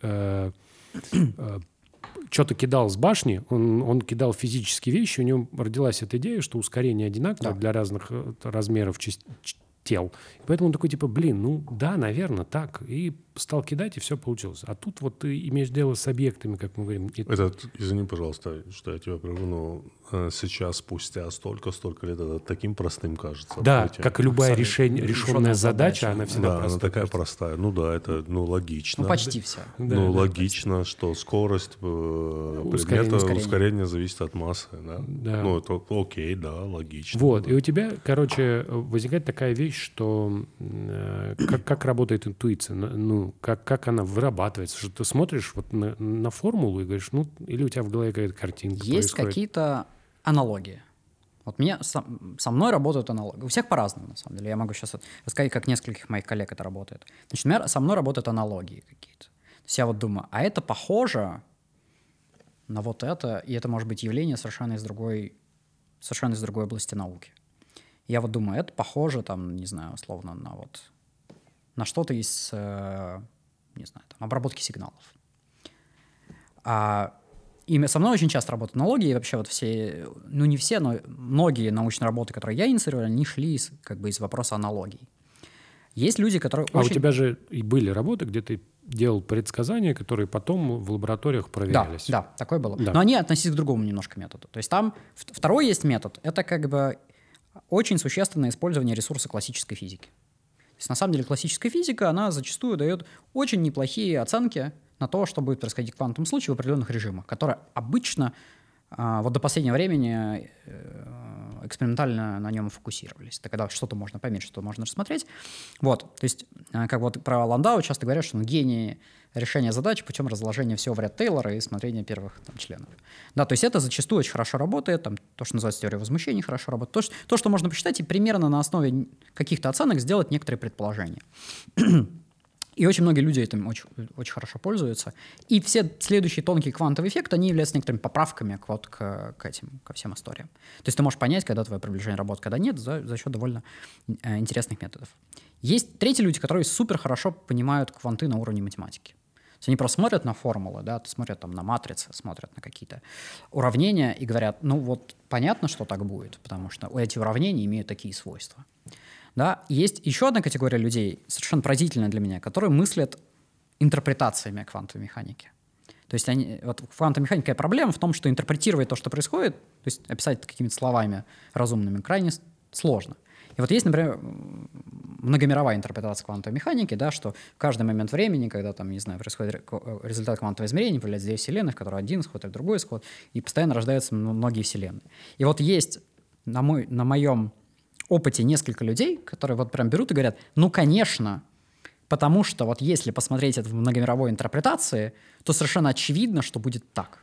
что-то кидал с башни, он кидал физические вещи, у него родилась эта идея, что ускорение одинаковое для разных размеров тел. И поэтому он такой, наверное, так. И стал кидать, и все получилось. А тут ты имеешь дело с объектами, как мы говорим. Извини, пожалуйста, что я тебя прерву, но сейчас, спустя столько лет, это таким простым кажется. Да, как и любая решенная задача, она всегда простая. Она такая простая. Это логично. Почти все. Логично, что скорость предмета, ускорение зависит от массы. Да? Это окей, логично. И у тебя, возникает такая вещь, что как работает интуиция, как она вырабатывается, что ты смотришь на формулу и говоришь, или у тебя в голове какая-то картинка есть происходит. Какие-то аналогии. Со мной работают аналогии. У всех по-разному, на самом деле. Я могу сейчас рассказать, как нескольких моих коллег это работает. Со мной работают аналогии какие-то. То есть я думаю, а это похоже на это, и это может быть явление совершенно из другой области науки. Я думаю, это похоже, условно, на что-то из, обработки сигналов. И со мной очень часто работают аналогии, и вообще все, не все, но многие научные работы, которые я инициировал, они шли из вопроса аналогий. Есть люди, которые у тебя же и были работы, где ты делал предсказания, которые потом в лабораториях проверялись. Да, такое было. Да. Но они относились к другому немножко методу. То есть там второй есть метод, это очень существенное использование ресурса классической физики. То есть на самом деле классическая физика, она зачастую дает очень неплохие оценки на то, что будет происходить в квантовом случае в определенных режимах, которые обычно до последнего времени экспериментально на нем фокусировались. Это когда что-то можно померить, что-то можно рассмотреть. То есть про Ландау часто говорят, что он гений решения задач путем разложения всего в ряд Тейлора и смотрения первых членов. Да, то есть это зачастую очень хорошо работает, то, что называется теория возмущений, хорошо работает. То, что можно посчитать и примерно на основе каких-то оценок сделать некоторые предположения. И очень многие люди этим очень, очень хорошо пользуются. И все следующие тонкие квантовые эффекты, они являются некоторыми поправками ко всем историям. То есть ты можешь понять, когда твое приближение работает, когда нет, за счет довольно интересных методов. Есть третьи люди, которые супер хорошо понимают кванты на уровне математики. То есть они просто смотрят на формулы, да, смотрят там на матрицы, смотрят на какие-то уравнения и говорят, ну вот понятно, что так будет, потому что эти уравнения имеют такие свойства. Да? Есть еще одна категория людей, совершенно поразительная для меня, которые мыслят интерпретациями квантовой механики. То есть вот в квантовой механике проблема в том, что интерпретировать то, что происходит, то есть описать это какими-то словами разумными, крайне сложно. И вот есть, например, многомировая интерпретация квантовой механики, да, что в каждый момент времени, когда там, не знаю, происходит результат квантового измерения, появляются две вселенных, в которых один исход и другой исход, и постоянно рождаются многие вселенные. И вот есть на моем опыте несколько людей, которые вот прям берут и говорят, ну, конечно, потому что вот если посмотреть это в многомировой интерпретации, то совершенно очевидно, что будет так.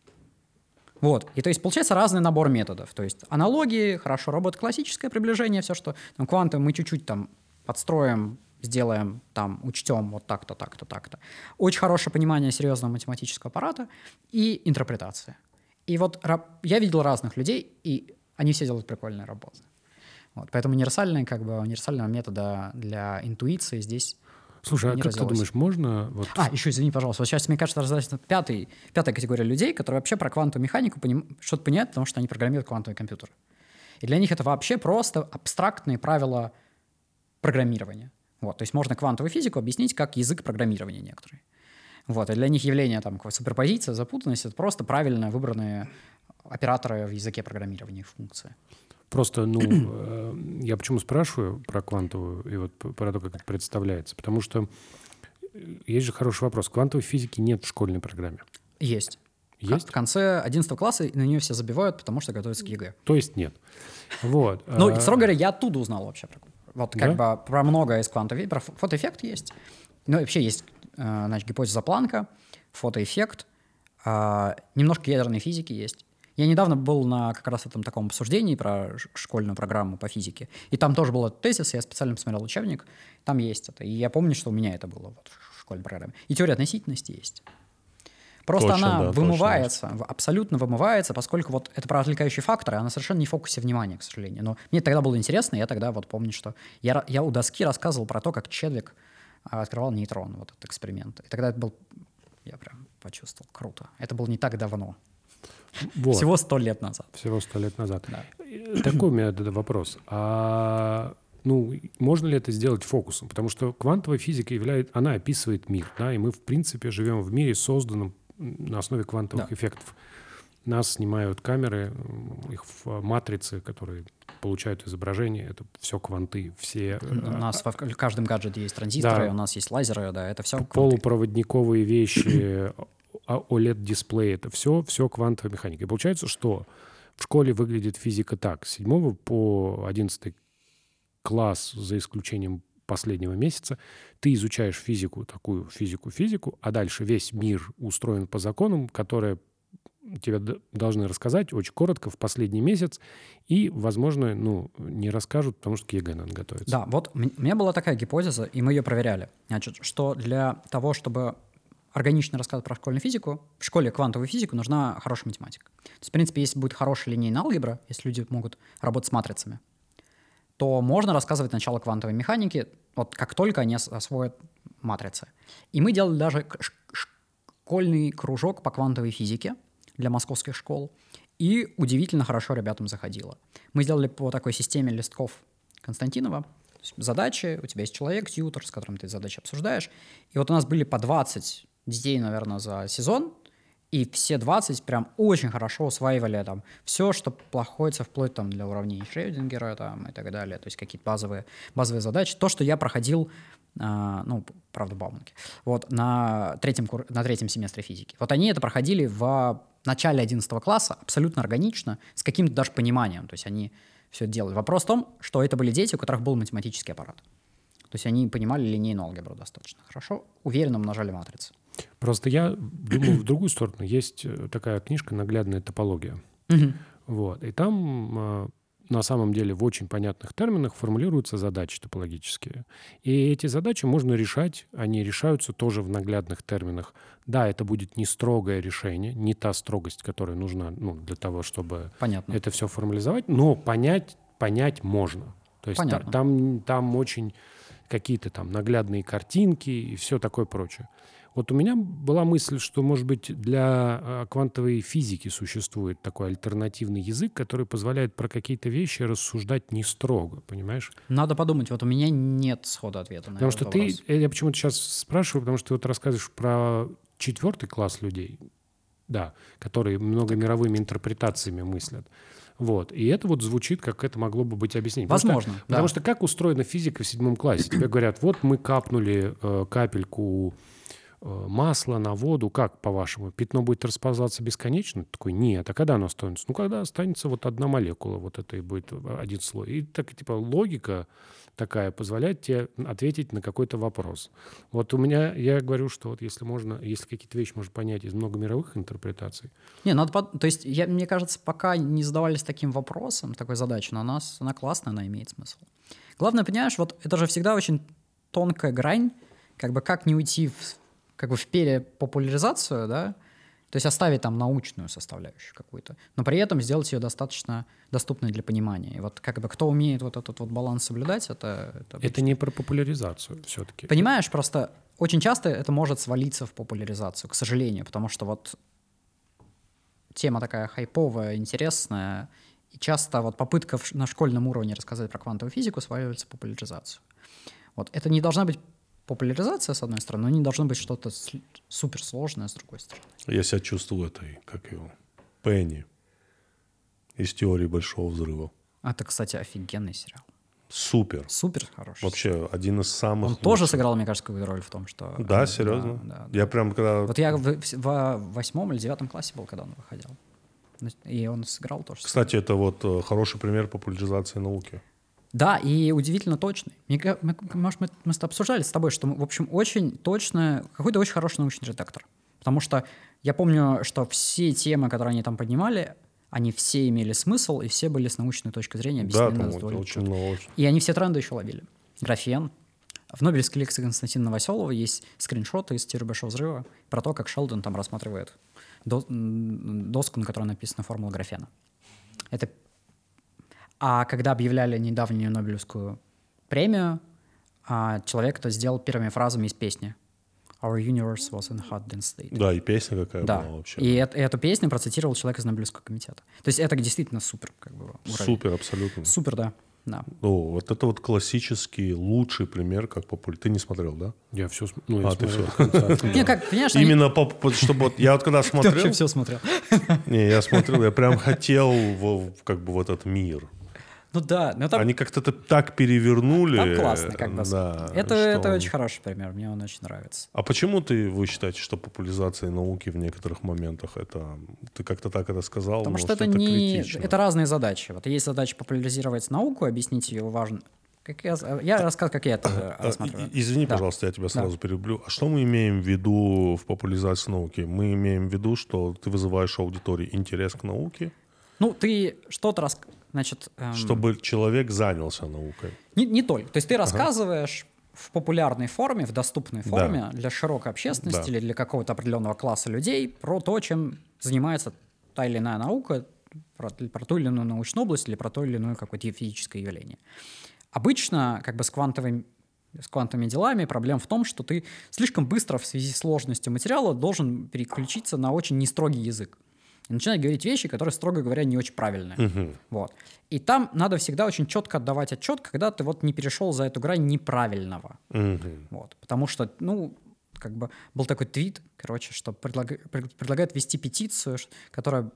Вот. И то есть получается разный набор методов. То есть аналогии, хорошо работает классическое приближение, все, что там кванты мы чуть-чуть там подстроим, сделаем, там, учтем вот так-то, так-то, так-то. Очень хорошее понимание серьезного математического аппарата и интерпретация. И вот я видел разных людей, и они все делают прикольные работы. Вот. Поэтому универсального метода для интуиции здесь. Слушай, а как ты думаешь, можно... Вот... Еще извини, пожалуйста. Вот сейчас, мне кажется, раздается пятая категория людей, которые вообще про квантовую механику что-то понимают, потому что они программируют квантовые компьютеры. И для них это вообще просто абстрактные правила программирования. Вот. То есть можно квантовую физику объяснить как язык программирования некоторые. Вот. И для них явление там, суперпозиция, запутанность — это просто правильно выбранные операторы в языке программирования, их функции. Просто, я почему спрашиваю про квантовую и вот про то, как это представляется? Потому что есть же хороший вопрос. Квантовой физики нет в школьной программе. Есть. Есть? В конце 11 класса на нее все забивают, потому что готовятся к ЕГЭ. То есть нет. Вот. Ну, строго говоря, я оттуда узнал вообще. Вот как бы про многое из квантовой, про фотоэффект есть. Ну, вообще есть, значит, гипотеза Планка, фотоэффект, немножко ядерной физики есть. Я недавно был на как раз этом таком обсуждении про школьную программу по физике, и там тоже был этот тезис, я специально посмотрел учебник, там есть это. И я помню, что у меня это было вот в школьной программе. И теория относительности есть. Просто точно, она вымывается, абсолютно вымывается, поскольку вот это про отвлекающие факторы, она совершенно не в фокусе внимания, к сожалению. Но мне тогда было интересно, я тогда вот помню, что я у доски рассказывал про то, как Чедвик открывал нейтрон, вот этот эксперимент. И тогда это был, я прям почувствовал, круто. Это было не так давно. Вот. Всего 100 лет назад. Всего 100 лет назад. Да. Такой у меня вопрос. Можно ли это сделать фокусом? Потому что квантовая физика она описывает мир, да, и мы, в принципе, живем в мире, созданном на основе квантовых эффектов. Нас снимают камеры, их в матрицы, которые получают изображение. Это все кванты. Все, у нас в каждом гаджете есть транзисторы, да, у нас есть лазеры, да, это все кванты. Полупроводниковые вещи, OLED-дисплей, это все квантовая механика. И получается, что в школе выглядит физика так. С 7 по 11 класс, за исключением последнего месяца, ты изучаешь физику, такую физику, а дальше весь мир устроен по законам, которые тебе должны рассказать очень коротко в последний месяц и, возможно, не расскажут, потому что к ЕГЭ надо готовиться. Да, вот у меня была такая гипотеза, и мы ее проверяли. Значит, что для того, чтобы органично рассказывать про школьную физику, в школе квантовую физику нужна хорошая математика. То есть, в принципе, если будет хорошая линейная алгебра, если люди могут работать с матрицами, то можно рассказывать начало квантовой механики, вот как только они освоят матрицы. И мы делали даже школьный кружок по квантовой физике для московских школ, и удивительно хорошо ребятам заходило. Мы сделали по такой системе листков Константинова. То есть задачи, у тебя есть человек, тьютор, с которым ты задачи обсуждаешь. И вот у нас были по 20 детей, наверное, за сезон, и все 20 прям очень хорошо усваивали там все, что находится вплоть там для уравнений Шрёдингера там, и так далее. То есть какие-то базовые задачи. То, что я проходил, правда, в Бауманке, вот, на третьем семестре физики. Вот они это проходили в начале 11 класса абсолютно органично, с каким-то даже пониманием. То есть они все это делали. Вопрос в том, что это были дети, у которых был математический аппарат. То есть они понимали линейную алгебру достаточно хорошо, уверенно умножали матрицы. Просто я думаю в другую сторону. Есть такая книжка «Наглядная топология». Вот. И там на самом деле в очень понятных терминах формулируются задачи топологические. И эти задачи можно решать, они решаются тоже в наглядных терминах. Да, это будет не строгое решение, не та строгость, которая нужна для того, чтобы Понятно. это все формализовать, но понять можно. То есть там очень какие-то там наглядные картинки и все такое прочее. Вот у меня была мысль, что, может быть, для квантовой физики существует такой альтернативный язык, который позволяет про какие-то вещи рассуждать не строго, понимаешь? Надо подумать, вот у меня нет схода ответа на Потому этот что вопрос. я почему-то сейчас спрашиваю, потому что ты вот рассказываешь про 4 класс людей, да, которые многомировыми интерпретациями мыслят. Вот. И это вот звучит, как это могло бы быть объяснение. Возможно. Потому что как устроена физика в 7 классе? Тебе говорят, вот мы капнули капельку масла на воду, как, по-вашему, пятно будет расползаться бесконечно? Ты такой, нет. А когда оно останется? Ну, когда останется вот одна молекула, вот это и будет один слой. И так, типа, логика такая позволяет тебе ответить на какой-то вопрос. Вот у меня, я говорю, что вот если какие-то вещи можно понять из многомировых интерпретаций. Не, то есть, мне кажется, пока не задавались таким вопросом, такой задачей, но она классная, она имеет смысл. Главное, понимаешь, вот это же всегда очень тонкая грань, как не уйти в перепопуляризацию, да, то есть оставить там научную составляющую какую-то, но при этом сделать ее достаточно доступной для понимания. И вот кто умеет вот этот вот баланс соблюдать, это не про популяризацию все-таки. Понимаешь, просто очень часто это может свалиться в популяризацию, к сожалению, потому что вот тема такая хайповая, интересная, и часто вот попытка на школьном уровне рассказать про квантовую физику сваливается в популяризацию. Вот это не должна быть популяризация, с одной стороны, но не должно быть что-то суперсложное, с другой стороны. Я себя чувствую Пенни из «Теории большого взрыва». Это, кстати, офигенный сериал. Супер. Супер хороший. Вообще, один из самых Он лучших. тоже сыграл, мне кажется, какую-то роль в том, что... Да, серьезно? Да. Я прям когда... Вот я в 8 или 9 классе был, когда он выходил. И он сыграл тоже. Кстати, это вот хороший пример популяризации науки. Да, и удивительно точный. Может, мы обсуждали с тобой, что, в общем, очень точно, какой-то очень хороший научный редактор. Потому что я помню, что все темы, которые они там поднимали, они все имели смысл, и все были с научной точки зрения объяснены. Да, по-моему, очень много. И они все тренды еще ловили. Графен. В Нобелевской лекции Константина Новоселова есть скриншоты из «Теории большого взрыва» про то, как Шелдон там рассматривает доску, на которой написана формула графена. А когда объявляли недавнюю Нобелевскую премию, человек это сделал первыми фразами из песни «Our universe was in a hot dense state». Да, и песня какая была вообще. И эту песню процитировал человек из Нобелевского комитета. То есть это действительно супер уровень. Супер, абсолютно. Супер, да. Ну, вот это вот классический, лучший пример, как популяризация. Ты не смотрел, да? Я все смотрел. Ты все. Понимаешь, именно чтобы я вот когда смотрел... Ты вообще все смотрел. Не, я смотрел, я прям хотел в этот мир. Ну да, но там... Они как-то так перевернули. Там классно, Да, это очень хороший пример, мне он очень нравится. А почему вы считаете, что популяризация науки в некоторых моментах это... Ты как-то так это сказал, потому может, что это критично. Это разные задачи. Вот есть задача популяризировать науку, объяснить ее важно. Я рассказал, как я это рассматриваю. Извини, пожалуйста, я тебя сразу перебью. А что мы имеем в виду в популяризации науки? Мы имеем в виду, что ты вызываешь у аудитории интерес к науке? Ну, ты что-то чтобы человек занялся наукой. Не только. То есть ты рассказываешь в популярной форме, в доступной форме для широкой общественности или для какого-то определенного класса людей про то, чем занимается та или иная наука, про ту или иную научную область или про то или иное какое-то физическое явление. Обычно с квантовыми делами проблема в том, что ты слишком быстро в связи с сложностью материала должен переключиться на очень нестрогий язык. И начинать говорить вещи, которые, строго говоря, не очень правильные. Вот. И там надо всегда очень четко отдавать отчет, когда ты не перешел за эту грань неправильного. Вот. Потому что, был такой твит, что предлагают ввести петицию, которая,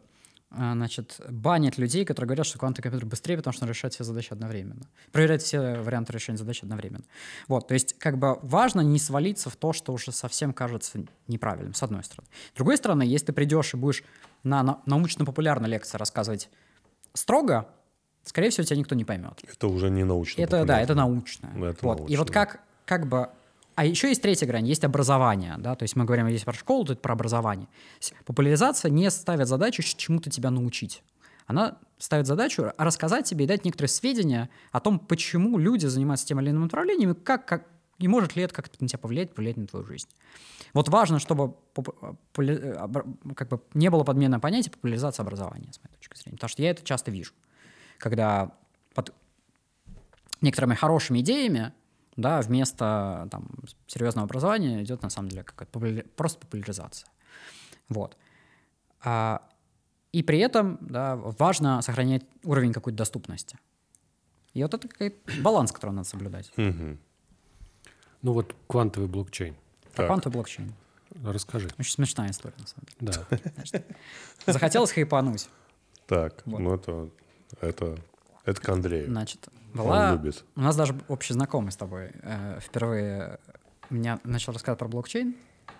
банит людей, которые говорят, что квантовый компьютер быстрее, потому что он решает все задачи одновременно. Проверяет все варианты решения задач одновременно. Вот. То есть, важно не свалиться в то, что уже совсем кажется неправильным, с одной стороны. С другой стороны, если ты придешь и будешь на научно-популярной лекции рассказывать строго, скорее всего, тебя никто не поймет. Это уже не научно. Это научное. Это вот. научно. И вот А еще есть третья грань, есть образование. Да? То есть мы говорим здесь про школу, тут про образование. Популяризация не ставит задачу чему-то тебя научить. она ставит задачу рассказать тебе и дать некоторые сведения о том, почему люди занимаются тем или иным направлением, и может ли это как-то на тебя повлиять на твою жизнь. Вот важно, чтобы как бы не было подмены понятия популяризации образования, с моей точки зрения. Потому что я это часто вижу, когда под некоторыми хорошими идеями, да, вместо там, серьезного образования идет на самом деле какая-то просто популяризация. Вот. И при этом, да, важно сохранять уровень какой-то доступности. И вот это баланс, который надо соблюдать. Ну вот квантовый блокчейн. Квантовый блокчейн. Расскажи. Очень смешная история, на самом деле. Да. Значит, захотелось хайпануть. Так, Вот. ну это к Андрею. Значит, Он любит. у нас даже общий знакомый с тобой впервые меня начал рассказывать про блокчейн.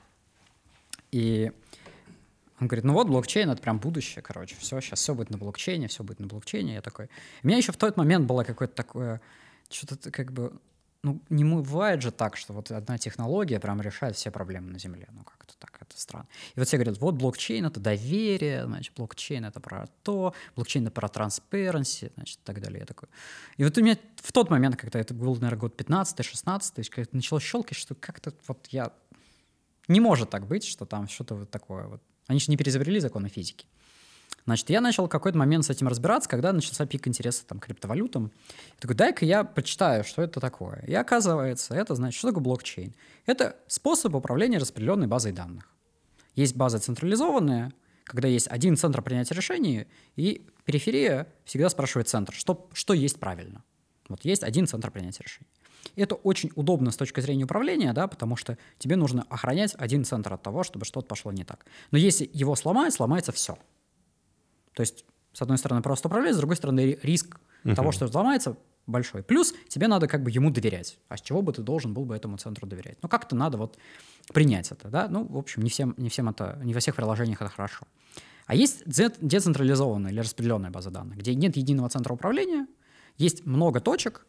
И он говорит, ну вот блокчейн — это прям будущее, короче. Все, сейчас все будет на блокчейне, все будет на блокчейне. Я такой... У меня еще в тот момент было какое-то такое... Что-то как бы... Ну, не бывает же так, что вот одна технология прям решает все проблемы на Земле. Ну, как-то так, это странно. И вот все говорят, вот блокчейн — это доверие, значит, блокчейн — это про то, блокчейн — это про transparency, значит, и так далее. Я такой... И вот у меня в тот момент, когда это был, наверное, год 15-16, когда начало щелкать, что как-то вот я... Не может так быть, что там что-то вот такое вот. Они же не переизобрели законы физики. Значит, я начал в какой-то момент с этим разбираться, когда начался пик интереса там, к криптовалютам. Я такой, дай-ка я почитаю, что это такое. И оказывается, это значит, что такое блокчейн? Это способ управления распределенной базой данных. Есть базы централизованные, когда есть один центр принятия решений, и периферия всегда спрашивает центр, что есть правильно. Вот есть один центр принятия решений. И это очень удобно с точки зрения управления, да, потому что тебе нужно охранять один центр от того, чтобы что-то пошло не так. Но если его сломать, сломается все. То есть, с одной стороны, просто управлять, с другой стороны, риск того, что взломается, большой. Плюс тебе надо как бы ему доверять. А с чего бы ты должен был бы этому центру доверять? Ну, как-то надо вот принять это, да? Ну, в общем, не во всех приложениях это хорошо. А есть децентрализованная или распределенная база данных, где нет единого центра управления, есть много точек,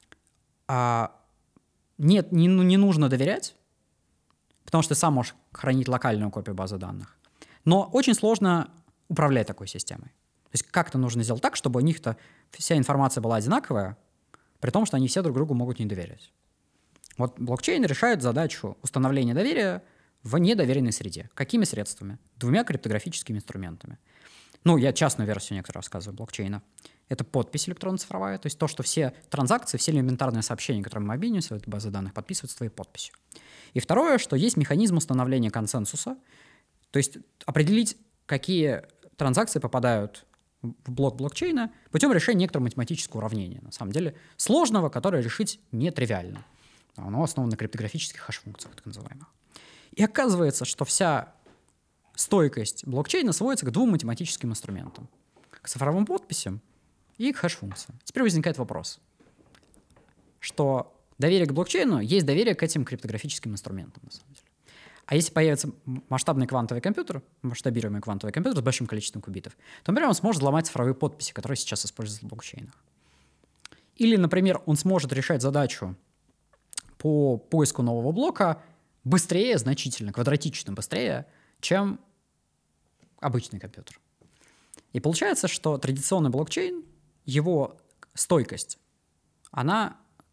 не нужно доверять, потому что ты сам можешь хранить локальную копию базы данных. Но очень сложно управлять такой системой. То есть как-то нужно сделать так, чтобы у них-то вся информация была одинаковая, при том, что они все друг другу могут не доверять. Вот блокчейн решает задачу установления доверия в недоверенной среде. Какими средствами? 2 криптографическими инструментами. Ну, я частную версию некоторую рассказываю блокчейна. Это подпись электронно-цифровая, то есть то, что все транзакции, все элементарные сообщения, которые мы обмениваемся в этой базе данных, подписываются твоей подписью. И второе, что есть механизм установления консенсуса, то есть определить, какие транзакции попадают в блок блокчейна путем решения некоторого математического уравнения, на самом деле сложного, которое решить нетривиально. Оно основано на криптографических хэш-функциях, так называемых. И оказывается, что вся стойкость блокчейна сводится к 2 математическим инструментам. К цифровым подписям и к хэш-функциям. Теперь возникает вопрос, что доверие к блокчейну есть доверие к этим криптографическим инструментам, на самом деле. А если появится масштабный квантовый компьютер, масштабируемый квантовый компьютер с большим количеством кубитов, то, например, он сможет взломать цифровые подписи, которые сейчас используются в блокчейнах. Или, например, он сможет решать задачу по поиску нового блока быстрее, значительно, квадратично быстрее, чем обычный компьютер. И получается, что традиционный блокчейн, его стойкость, она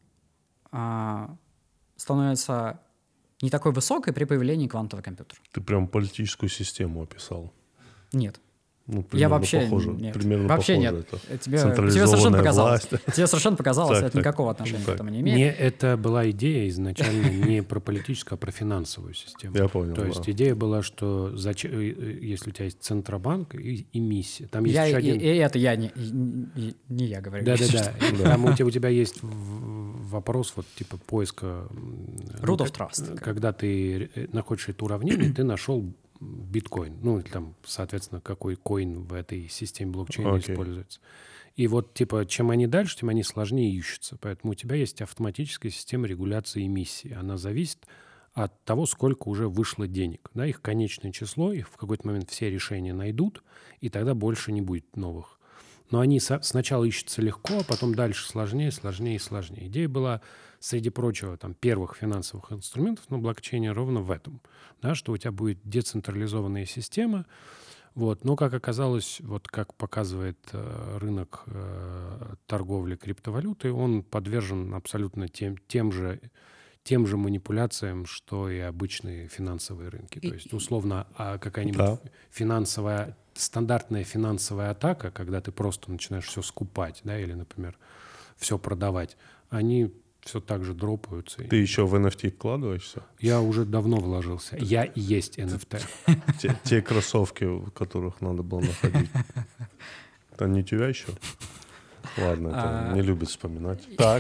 становится не такой высокой при появлении квантового компьютера. Ты прям политическую систему описал. Нет. Ну, Я вообще похоже. нет. Примерно вообще похоже нет. это. Тебе Централизованная совершенно показалось. власть. Тебе совершенно показалось, Так, это никакого отношения к этому не имеет. Не, это была идея изначально не про политическую, а про финансовую систему. Я понял, То есть идея была, что если у тебя есть Центробанк и миссия, там есть еще один... Не я говорю. Да-да-да. Там у тебя есть вопрос вот типа поиска... Root of trust. Когда ты находишь это уравнение, ты нашел биткоин. Ну, там, соответственно, какой коин в этой системе блокчейна используется. И вот, типа, чем они дальше, тем они сложнее ищутся. Поэтому у тебя есть автоматическая система регуляции эмиссии. Она зависит от того, сколько уже вышло денег. Да, их конечное число, их в какой-то момент все решения найдут, и тогда больше не будет новых. Но они сначала ищутся легко, а потом дальше сложнее, сложнее и сложнее. Идея была, среди прочего, там, первых финансовых инструментов на блокчейне ровно в этом. Да, что у тебя будет децентрализованная система, Вот. Но, как оказалось, вот как показывает рынок торговли криптовалютой, он подвержен абсолютно тем же манипуляциям, что и обычные финансовые рынки. То есть, условно, какая-нибудь стандартная финансовая атака, когда ты просто начинаешь все скупать, да, или, например, все продавать, они все так же дропаются. Ты еще в NFT вкладываешься? Я уже давно вложился. Я и есть NFT. Те кроссовки, в которых надо было находить. Это не тебя еще? Ладно, это не любит вспоминать. Так,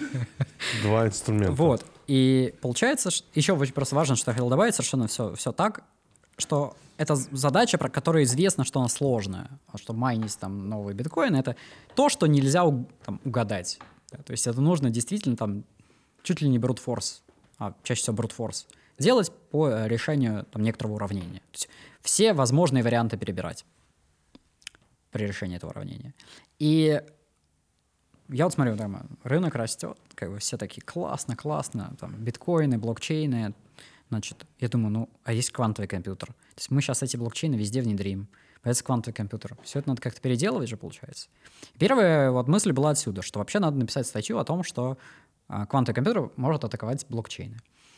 2 инструмента. Вот. И получается, еще очень просто важно, что я хотел добавить, совершенно все так, что это задача, про которую известно, что она сложная. Что майнить там новые биткоины — это то, что нельзя угадать. Да, то есть это нужно действительно там чуть ли не brute force, а чаще всего brute force, делать по решению там некоторого уравнения. То есть все возможные варианты перебирать при решении этого уравнения. И я вот смотрю, там, рынок растет, как бы все такие классно, там, биткоины, блокчейны. Значит, я думаю, а есть квантовый компьютер. То есть мы сейчас эти блокчейны везде внедрим. Появится квантовый компьютер. Все это надо как-то переделывать же, получается. Первая вот мысль была отсюда, что вообще надо написать статью о том, что квантовый компьютер может атаковать блокчейны.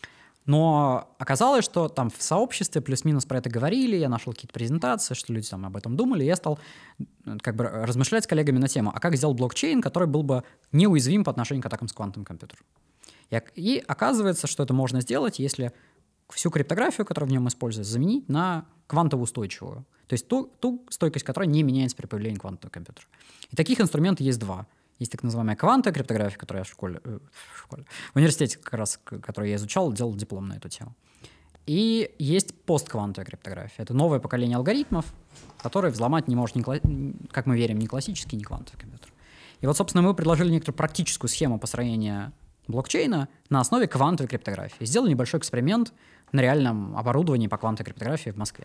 Но оказалось, что там в сообществе плюс-минус про это говорили, я нашел какие-то презентации, что люди там об этом думали, и я стал как бы размышлять с коллегами на тему, а как сделать блокчейн, который был бы неуязвим по отношению к атакам с квантовым компьютером. И оказывается, что это можно сделать, если всю криптографию, которая в нем используется, заменить на квантово-устойчивую. То есть ту стойкость, которая не меняется при появлении квантового компьютера. И таких инструментов есть два. Есть так называемая квантовая криптография, которую я в университете, как раз, который я изучал, делал диплом на эту тему. И есть постквантовая криптография. Это новое поколение алгоритмов, которые взломать не может, как мы верим, ни классический, ни квантовый компьютер. И вот, собственно, мы предложили некоторую практическую схему построения блокчейна на основе квантовой криптографии. Сделали небольшой эксперимент на реальном оборудовании по квантовой криптографии в Москве.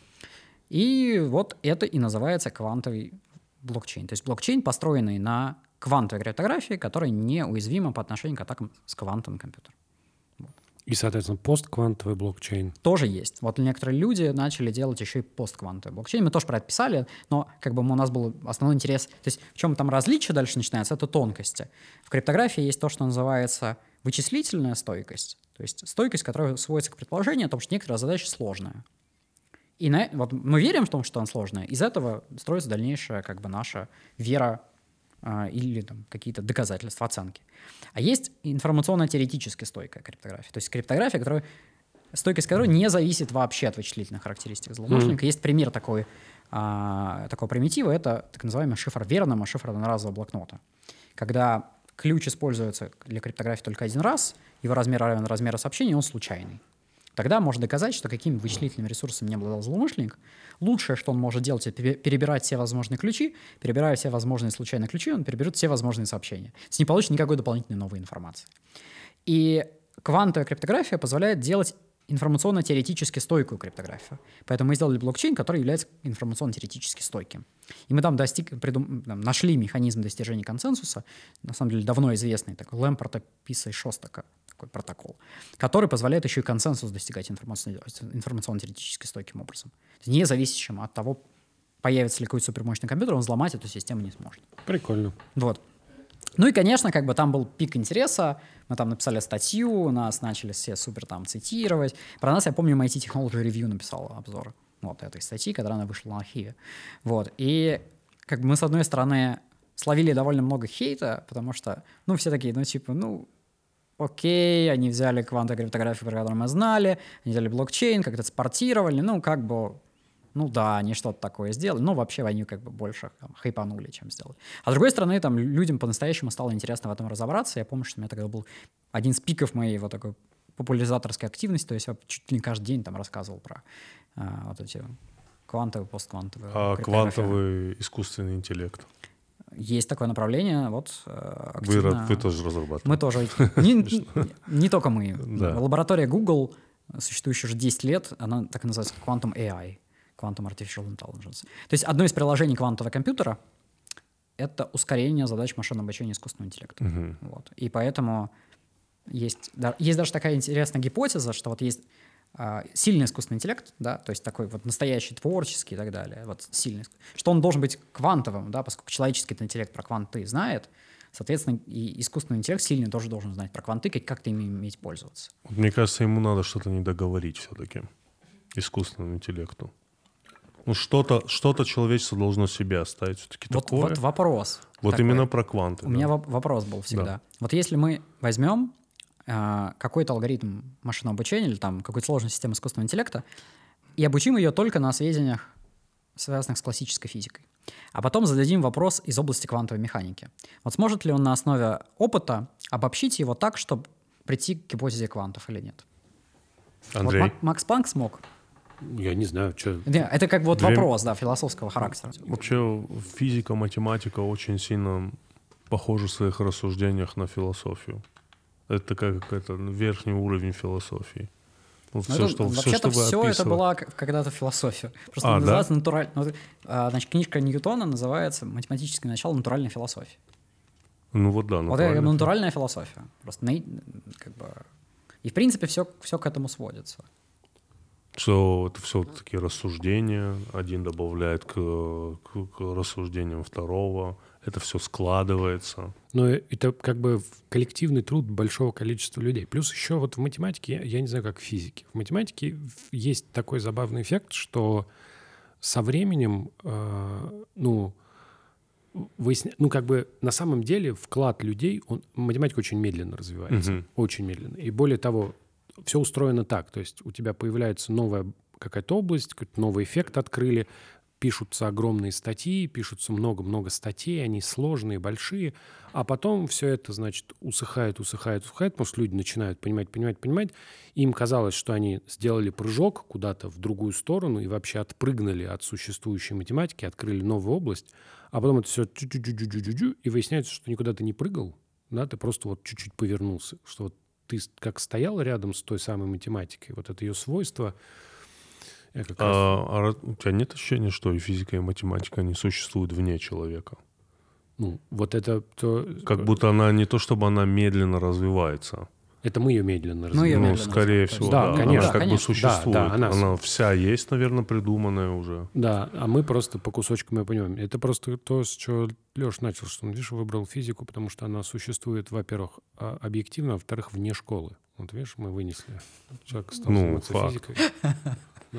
И вот это и называется квантовый блокчейн. То есть блокчейн, построенный на квантовой криптографии, которая неуязвима по отношению к атакам с квантовым компьютером. Вот. И, соответственно, постквантовый блокчейн. Тоже есть. Вот некоторые люди начали делать еще и постквантовый блокчейн. Мы тоже про это писали, но как бы у нас был основной интерес. То есть в чем там различие дальше начинается, это тонкости. В криптографии есть то, что называется вычислительная стойкость. То есть стойкость, которая сводится к предположению о том, что некоторая задача сложная. И вот мы верим в том, что она сложная. Из этого строится дальнейшая как бы наша вера или там, какие-то доказательства, оценки. А есть информационно-теоретически стойкая криптография. То есть криптография, стойкость которой не зависит вообще от вычислительных характеристик злоумышленника. Есть пример такого примитива. Это так называемый шифр Вернема, шифр одноразового блокнота. Когда ключ используется для криптографии только один раз, его размер равен размеру сообщения, он случайный. Тогда можно доказать, что какими вычислительными ресурсами не обладал злоумышленник. Лучшее, что он может делать, это перебирать все возможные ключи. Перебирая все возможные случайные ключи, он переберет все возможные сообщения. То есть не получит никакой дополнительной новой информации. И квантовая криптография позволяет делать информационно-теоретически стойкую криптографию. Поэтому мы сделали блокчейн, который является информационно-теоретически стойким. И мы там нашли механизм достижения консенсуса, на самом деле давно известный, такой Лэмпорта, Писа и Шостака, такой протокол, который позволяет еще и консенсус достигать информационно-теоретически стойким образом. Независящим от того, появится ли какой-то супермощный компьютер, он взломать эту систему не сможет. Прикольно. Вот. Ну и, конечно, как бы там был пик интереса, мы там написали статью, нас начали все супер там цитировать. Про нас, я помню, MIT Technology Review написал обзор вот этой статьи, когда она вышла на архиве. Вот. И как бы мы, с одной стороны, словили довольно много хейта, потому что, все такие, окей, они взяли квантовую криптографию, про которую мы знали, они взяли блокчейн, как-то экспортировали, да, они что-то такое сделали, но вообще они как бы больше хайпанули, чем сделали. А с другой стороны, там людям по-настоящему стало интересно в этом разобраться. Я помню, что у меня тогда был один из пиков моей вот такой популяризаторской активности, то есть я чуть ли не каждый день там рассказывал про вот эти квантовые, постквантовые. А квантовый искусственный интеллект? Есть такое направление, активно. Вы тоже разрабатываете? Мы тоже. Не только мы. Да. Лаборатория Google, существующая уже 10 лет, она так и называется Quantum AI, Quantum Artificial Intelligence. То есть одно из приложений квантового компьютера — это ускорение задач машинного обучения искусственного интеллекта. Вот. И поэтому есть даже такая интересная гипотеза, что вот есть сильный искусственный интеллект, да, то есть такой вот настоящий, творческий и так далее, вот сильный, что он должен быть квантовым, да, поскольку человеческий интеллект про кванты знает, соответственно, и искусственный интеллект сильный тоже должен знать про кванты, как ими уметь пользоваться. Мне кажется, ему надо что-то не договорить все-таки, искусственному интеллекту. Ну, что-то человечество должно себе оставить все-таки такое. Вот вопрос. Вот такой. именно про кванты. У меня вопрос был всегда. Да. Вот если мы возьмем какой-то алгоритм машинного обучения или там какую-то сложную систему искусственного интеллекта и обучим ее только на сведениях, связанных с классической физикой, а потом зададим вопрос из области квантовой механики. Вот сможет ли он на основе опыта обобщить его так, чтобы прийти к гипотезе квантов или нет? Андрей? Вот Макс Планк смог. Я не знаю, что... Это как бы вот вопрос, да, философского характера. Вообще физика, математика очень сильно похожи в своих рассуждениях на философию. Это как верхний уровень философии. Вот Вообще-то все это была когда-то философия. Просто называется натуральная. Значит, книжка Ньютона называется «Математическое начало натуральной философии». Ну вот да. Вот это натуральная философия. Просто как бы... И в принципе все к этому сводится. Что это все такие рассуждения. Один добавляет к рассуждениям второго. Это все складывается. Но это как бы коллективный труд большого количества людей. Плюс еще вот в математике, я не знаю, как в физике. В математике есть такой забавный эффект, что со временем, как бы на самом деле вклад людей, математика очень медленно развивается. Очень медленно. И более того, все устроено так. То есть у тебя появляется новая какая-то область, какой-то новый эффект открыли, пишутся огромные статьи, пишутся много-много статей, они сложные, большие, а потом все это, значит, усыхает, потому что люди начинают понимать. Им казалось, что они сделали прыжок куда-то в другую сторону и вообще отпрыгнули от существующей математики, открыли новую область, а потом это все и выясняется, что никуда ты не прыгал, да, ты просто вот чуть-чуть повернулся, что вот ты как стоял рядом с той самой математикой, вот это ее свойство. У тебя нет ощущения, что и физика, и математика не существуют вне человека? Ну, вот это... Как будто она не то, чтобы она медленно развивается. Это мы ее медленно развиваем. Ну, скорее всего, да. Конечно, она как бы существует. Да, она вся есть, наверное, придуманная уже. Да, а мы просто по кусочкам ее понимаем. Это просто то, с чего Леша начал, что он, видишь, выбрал физику, потому что она существует, во-первых, объективно, а во-вторых, вне школы. Вот видишь, мы вынесли. Человек стал заниматься физикой. Да.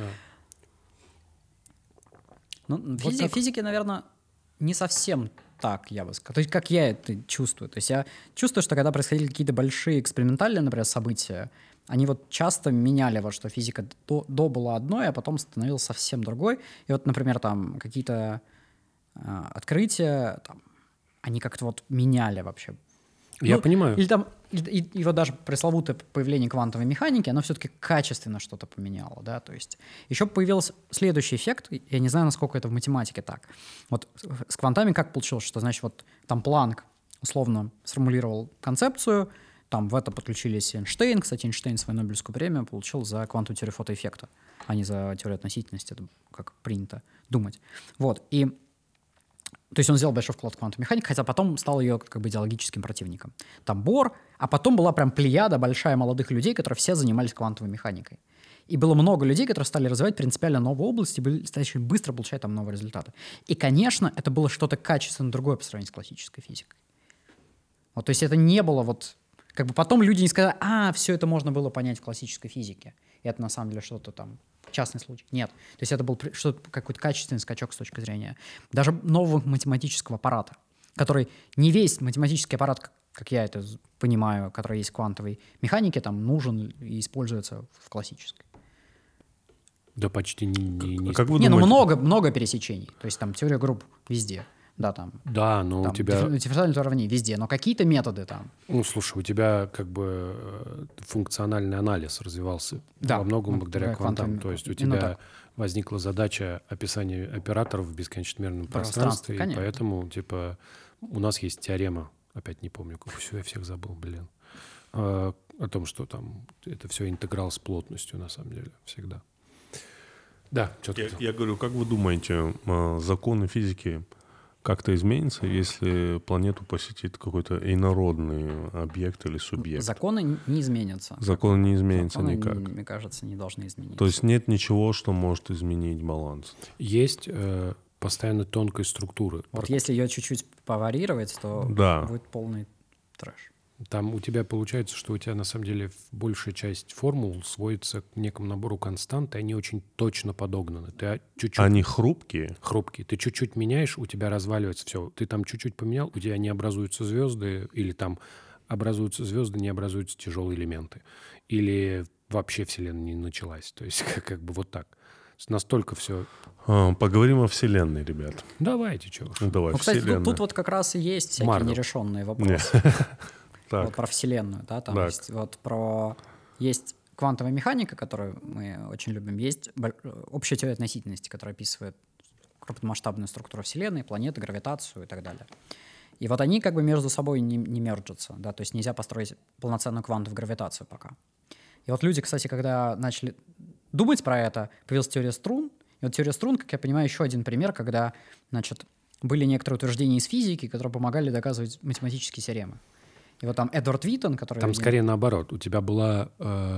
Ну, физики, наверное, не совсем так, я бы сказал. То есть, как я это чувствую. То есть, я чувствую, что когда происходили какие-то большие экспериментальные, например, события, они вот часто меняли, вот что физика до была одной, а потом становилась совсем другой. И вот, например, там какие-то открытия, там, они как-то вот меняли вообще. Я понимаю. Или там, и вот даже пресловутое появление квантовой механики, оно все-таки качественно что-то поменяло, да, то есть еще появился следующий эффект, я не знаю, насколько это в математике так. Вот с квантами как получилось, что, значит, вот там Планк условно сформулировал концепцию, там в это подключились Эйнштейн, кстати, Эйнштейн свою Нобелевскую премию получил за квантовую теорию фотоэффекта, а не за теорию относительности, это как принято думать. Вот, и то есть он сделал большой вклад в квантовую механику, хотя потом стал ее как бы идеологическим противником. Там Бор, а потом была прям плеяда большая молодых людей, которые все занимались квантовой механикой. И было много людей, которые стали развивать принципиально новые области, стали очень быстро получать там новые результаты. И, конечно, это было что-то качественно другое по сравнению с классической физикой. Вот, то есть это не было вот... Как бы потом люди не сказали, все это можно было понять в классической физике. И это на самом деле что-то там... Частный случай. Нет. То есть это был какой-то качественный скачок с точки зрения даже нового математического аппарата, который не весь математический аппарат, как я это понимаю, который есть в квантовой механике, там нужен и используется в классической. Да почти не. Как вы думаете? Много пересечений. То есть там теория групп везде. Да, там. Да, но там, у тебя... Дифференциальное уравнение везде, но какие-то методы там. Ну, слушай, у тебя как бы функциональный анализ развивался во многом благодаря квантам. То есть у тебя возникла задача описания операторов в бесконечномерном пространстве, и поэтому, типа, у нас есть теорема, опять не помню, я всех забыл, о том, что там это все интеграл с плотностью, на самом деле, всегда. Да, я говорю, как вы думаете, законы физики как-то изменится, если планету посетит какой-то инородный объект или субъект? Законы не изменятся. Законы не изменятся Законы, никак. мне кажется, не должны измениться. То есть нет ничего, что может изменить баланс. Есть постоянно тонкой структуры. Вот если ее чуть-чуть поварьировать, то Да. будет полный трэш. Там у тебя получается, что у тебя на самом деле большая часть формул сводится к некому набору констант, и они очень точно подогнаны. Ты чуть-чуть Они хрупкие. хрупкие. Ты чуть-чуть меняешь, у тебя разваливается все. Ты там чуть-чуть поменял, у тебя не образуются звезды, или там образуются звезды, не образуются тяжелые элементы. Или вообще Вселенная не началась. То есть как бы вот так. Настолько все... Поговорим о Вселенной, ребят. Давайте, чего уж. Давай, Ну, кстати, Вселенная. тут вот как раз и есть всякие Марвел. нерешенные вопросы. Так. Вот про Вселенную, да, там Так. есть вот есть квантовая механика, которую мы очень любим, есть общая теория относительности, которая описывает крупномасштабную структуру Вселенной, планеты, гравитацию и так далее. И вот они как бы между собой не мерджатся, да, то есть нельзя построить полноценную квантовую гравитацию пока. И вот люди, кстати, когда начали думать про это, появилась теория струн. И вот теория струн, как я понимаю, еще один пример, когда, значит, были некоторые утверждения из физики, которые помогали доказывать математические теоремы. И вот там Эдвард Виттон, который... Там скорее наоборот. У тебя была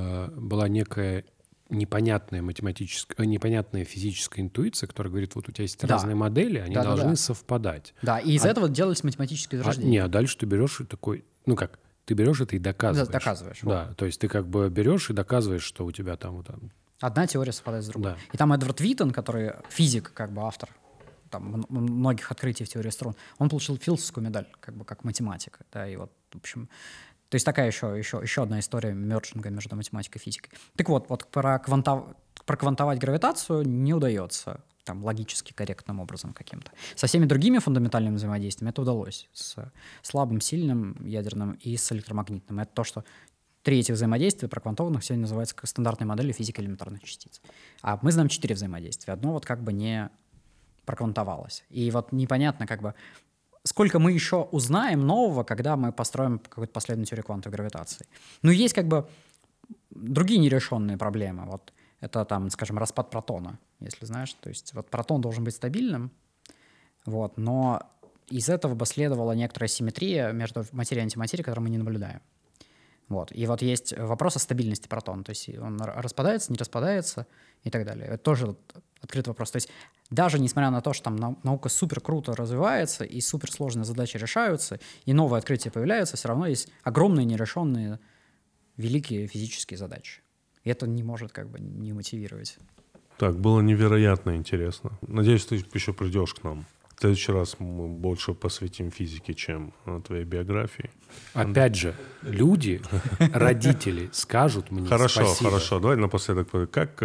некая непонятная непонятная физическая интуиция, которая говорит, вот у тебя есть Да. разные модели, они Да-да-да. должны совпадать. Да, и из этого делались математические утверждения. А дальше ты берешь и такой, ну как, ты берешь это и доказываешь. Да, доказываешь, Да, то есть ты как бы берешь и доказываешь, что у тебя там... Одна теория совпадает с другой. Да. И там Эдвард Виттон, который физик, как бы автор там, многих открытий в теории струн, он получил филдсовскую медаль, как бы как математик. Да, и вот, в общем... То есть такая еще одна история мерджинга между математикой и физикой. Так вот проквантовать гравитацию не удается там, логически корректным образом каким-то. Со всеми другими фундаментальными взаимодействиями это удалось. С слабым, сильным ядерным и с электромагнитным. Это то, что третье взаимодействие проквантованных сегодня называется как стандартной моделью физики элементарных частиц. А мы знаем 4 взаимодействия. Одно вот как бы не проквантовалось. И вот непонятно как бы, сколько мы еще узнаем нового, когда мы построим какую-то последнюю теорию квантовой гравитации. Ну, есть как бы другие нерешенные проблемы. Вот это там, скажем, распад протона, если знаешь. То есть вот протон должен быть стабильным, вот, но из этого бы следовала некоторая симметрия между материей и антиматерией, которую мы не наблюдаем. Вот. И вот есть вопрос о стабильности протона. То есть он распадается, не распадается и так далее. Это тоже открытый вопрос. То есть даже несмотря на то, что там наука супер круто развивается и суперсложные задачи решаются, и новые открытия появляются, все равно есть огромные нерешенные великие физические задачи. И это не может как бы не мотивировать. Так, было невероятно интересно. Надеюсь, ты еще придешь к нам. В следующий раз мы больше посвятим физике, чем твоей биографии. Опять же, люди, родители скажут мне спасибо. Хорошо. Давай напоследок. Как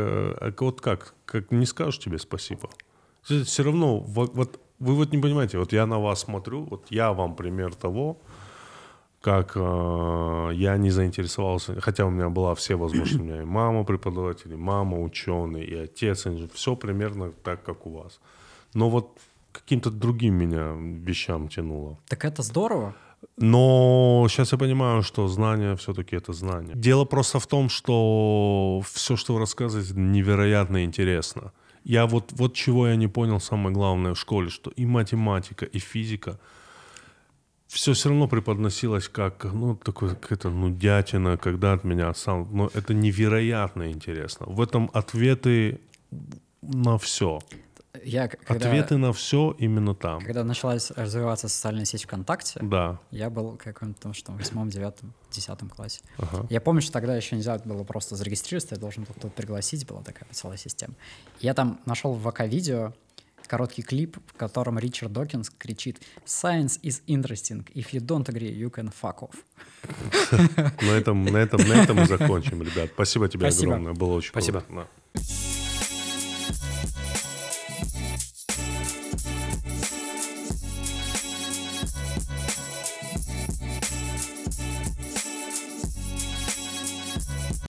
не скажешь тебе спасибо? Все равно, вот вы вот не понимаете, вот я на вас смотрю, вот я вам пример того, как я не заинтересовался, хотя у меня была все возможности, у меня и мама преподаватель, и мама ученый, и отец инженер, все примерно так, как у вас. Но вот каким-то другим меня вещам тянуло. Так это здорово. Но сейчас я понимаю, что знание все-таки это знание. Дело просто в том, что все, что вы рассказываете, невероятно интересно. Я вот чего я не понял, самое главное в школе, что и математика, и физика, все равно преподносилось как, такое какая-то нудятина, когда от меня сам... Но это невероятно интересно. В этом ответы на все. Ответы на все именно там. Когда началась развиваться социальная сеть ВКонтакте, Да. я был в каком-то, в 8, 9, 10 классе. Ага. Я помню, что тогда еще нельзя было просто зарегистрироваться, я должен был кто-то пригласить, была такая целая система. Я там нашел в ВК-видео короткий клип, в котором Ричард Докинс кричит «Science is interesting. If you don't agree, you can fuck off». На этом мы закончим, ребят. Спасибо тебе Спасибо. огромное. Было очень Спасибо. круто. Да.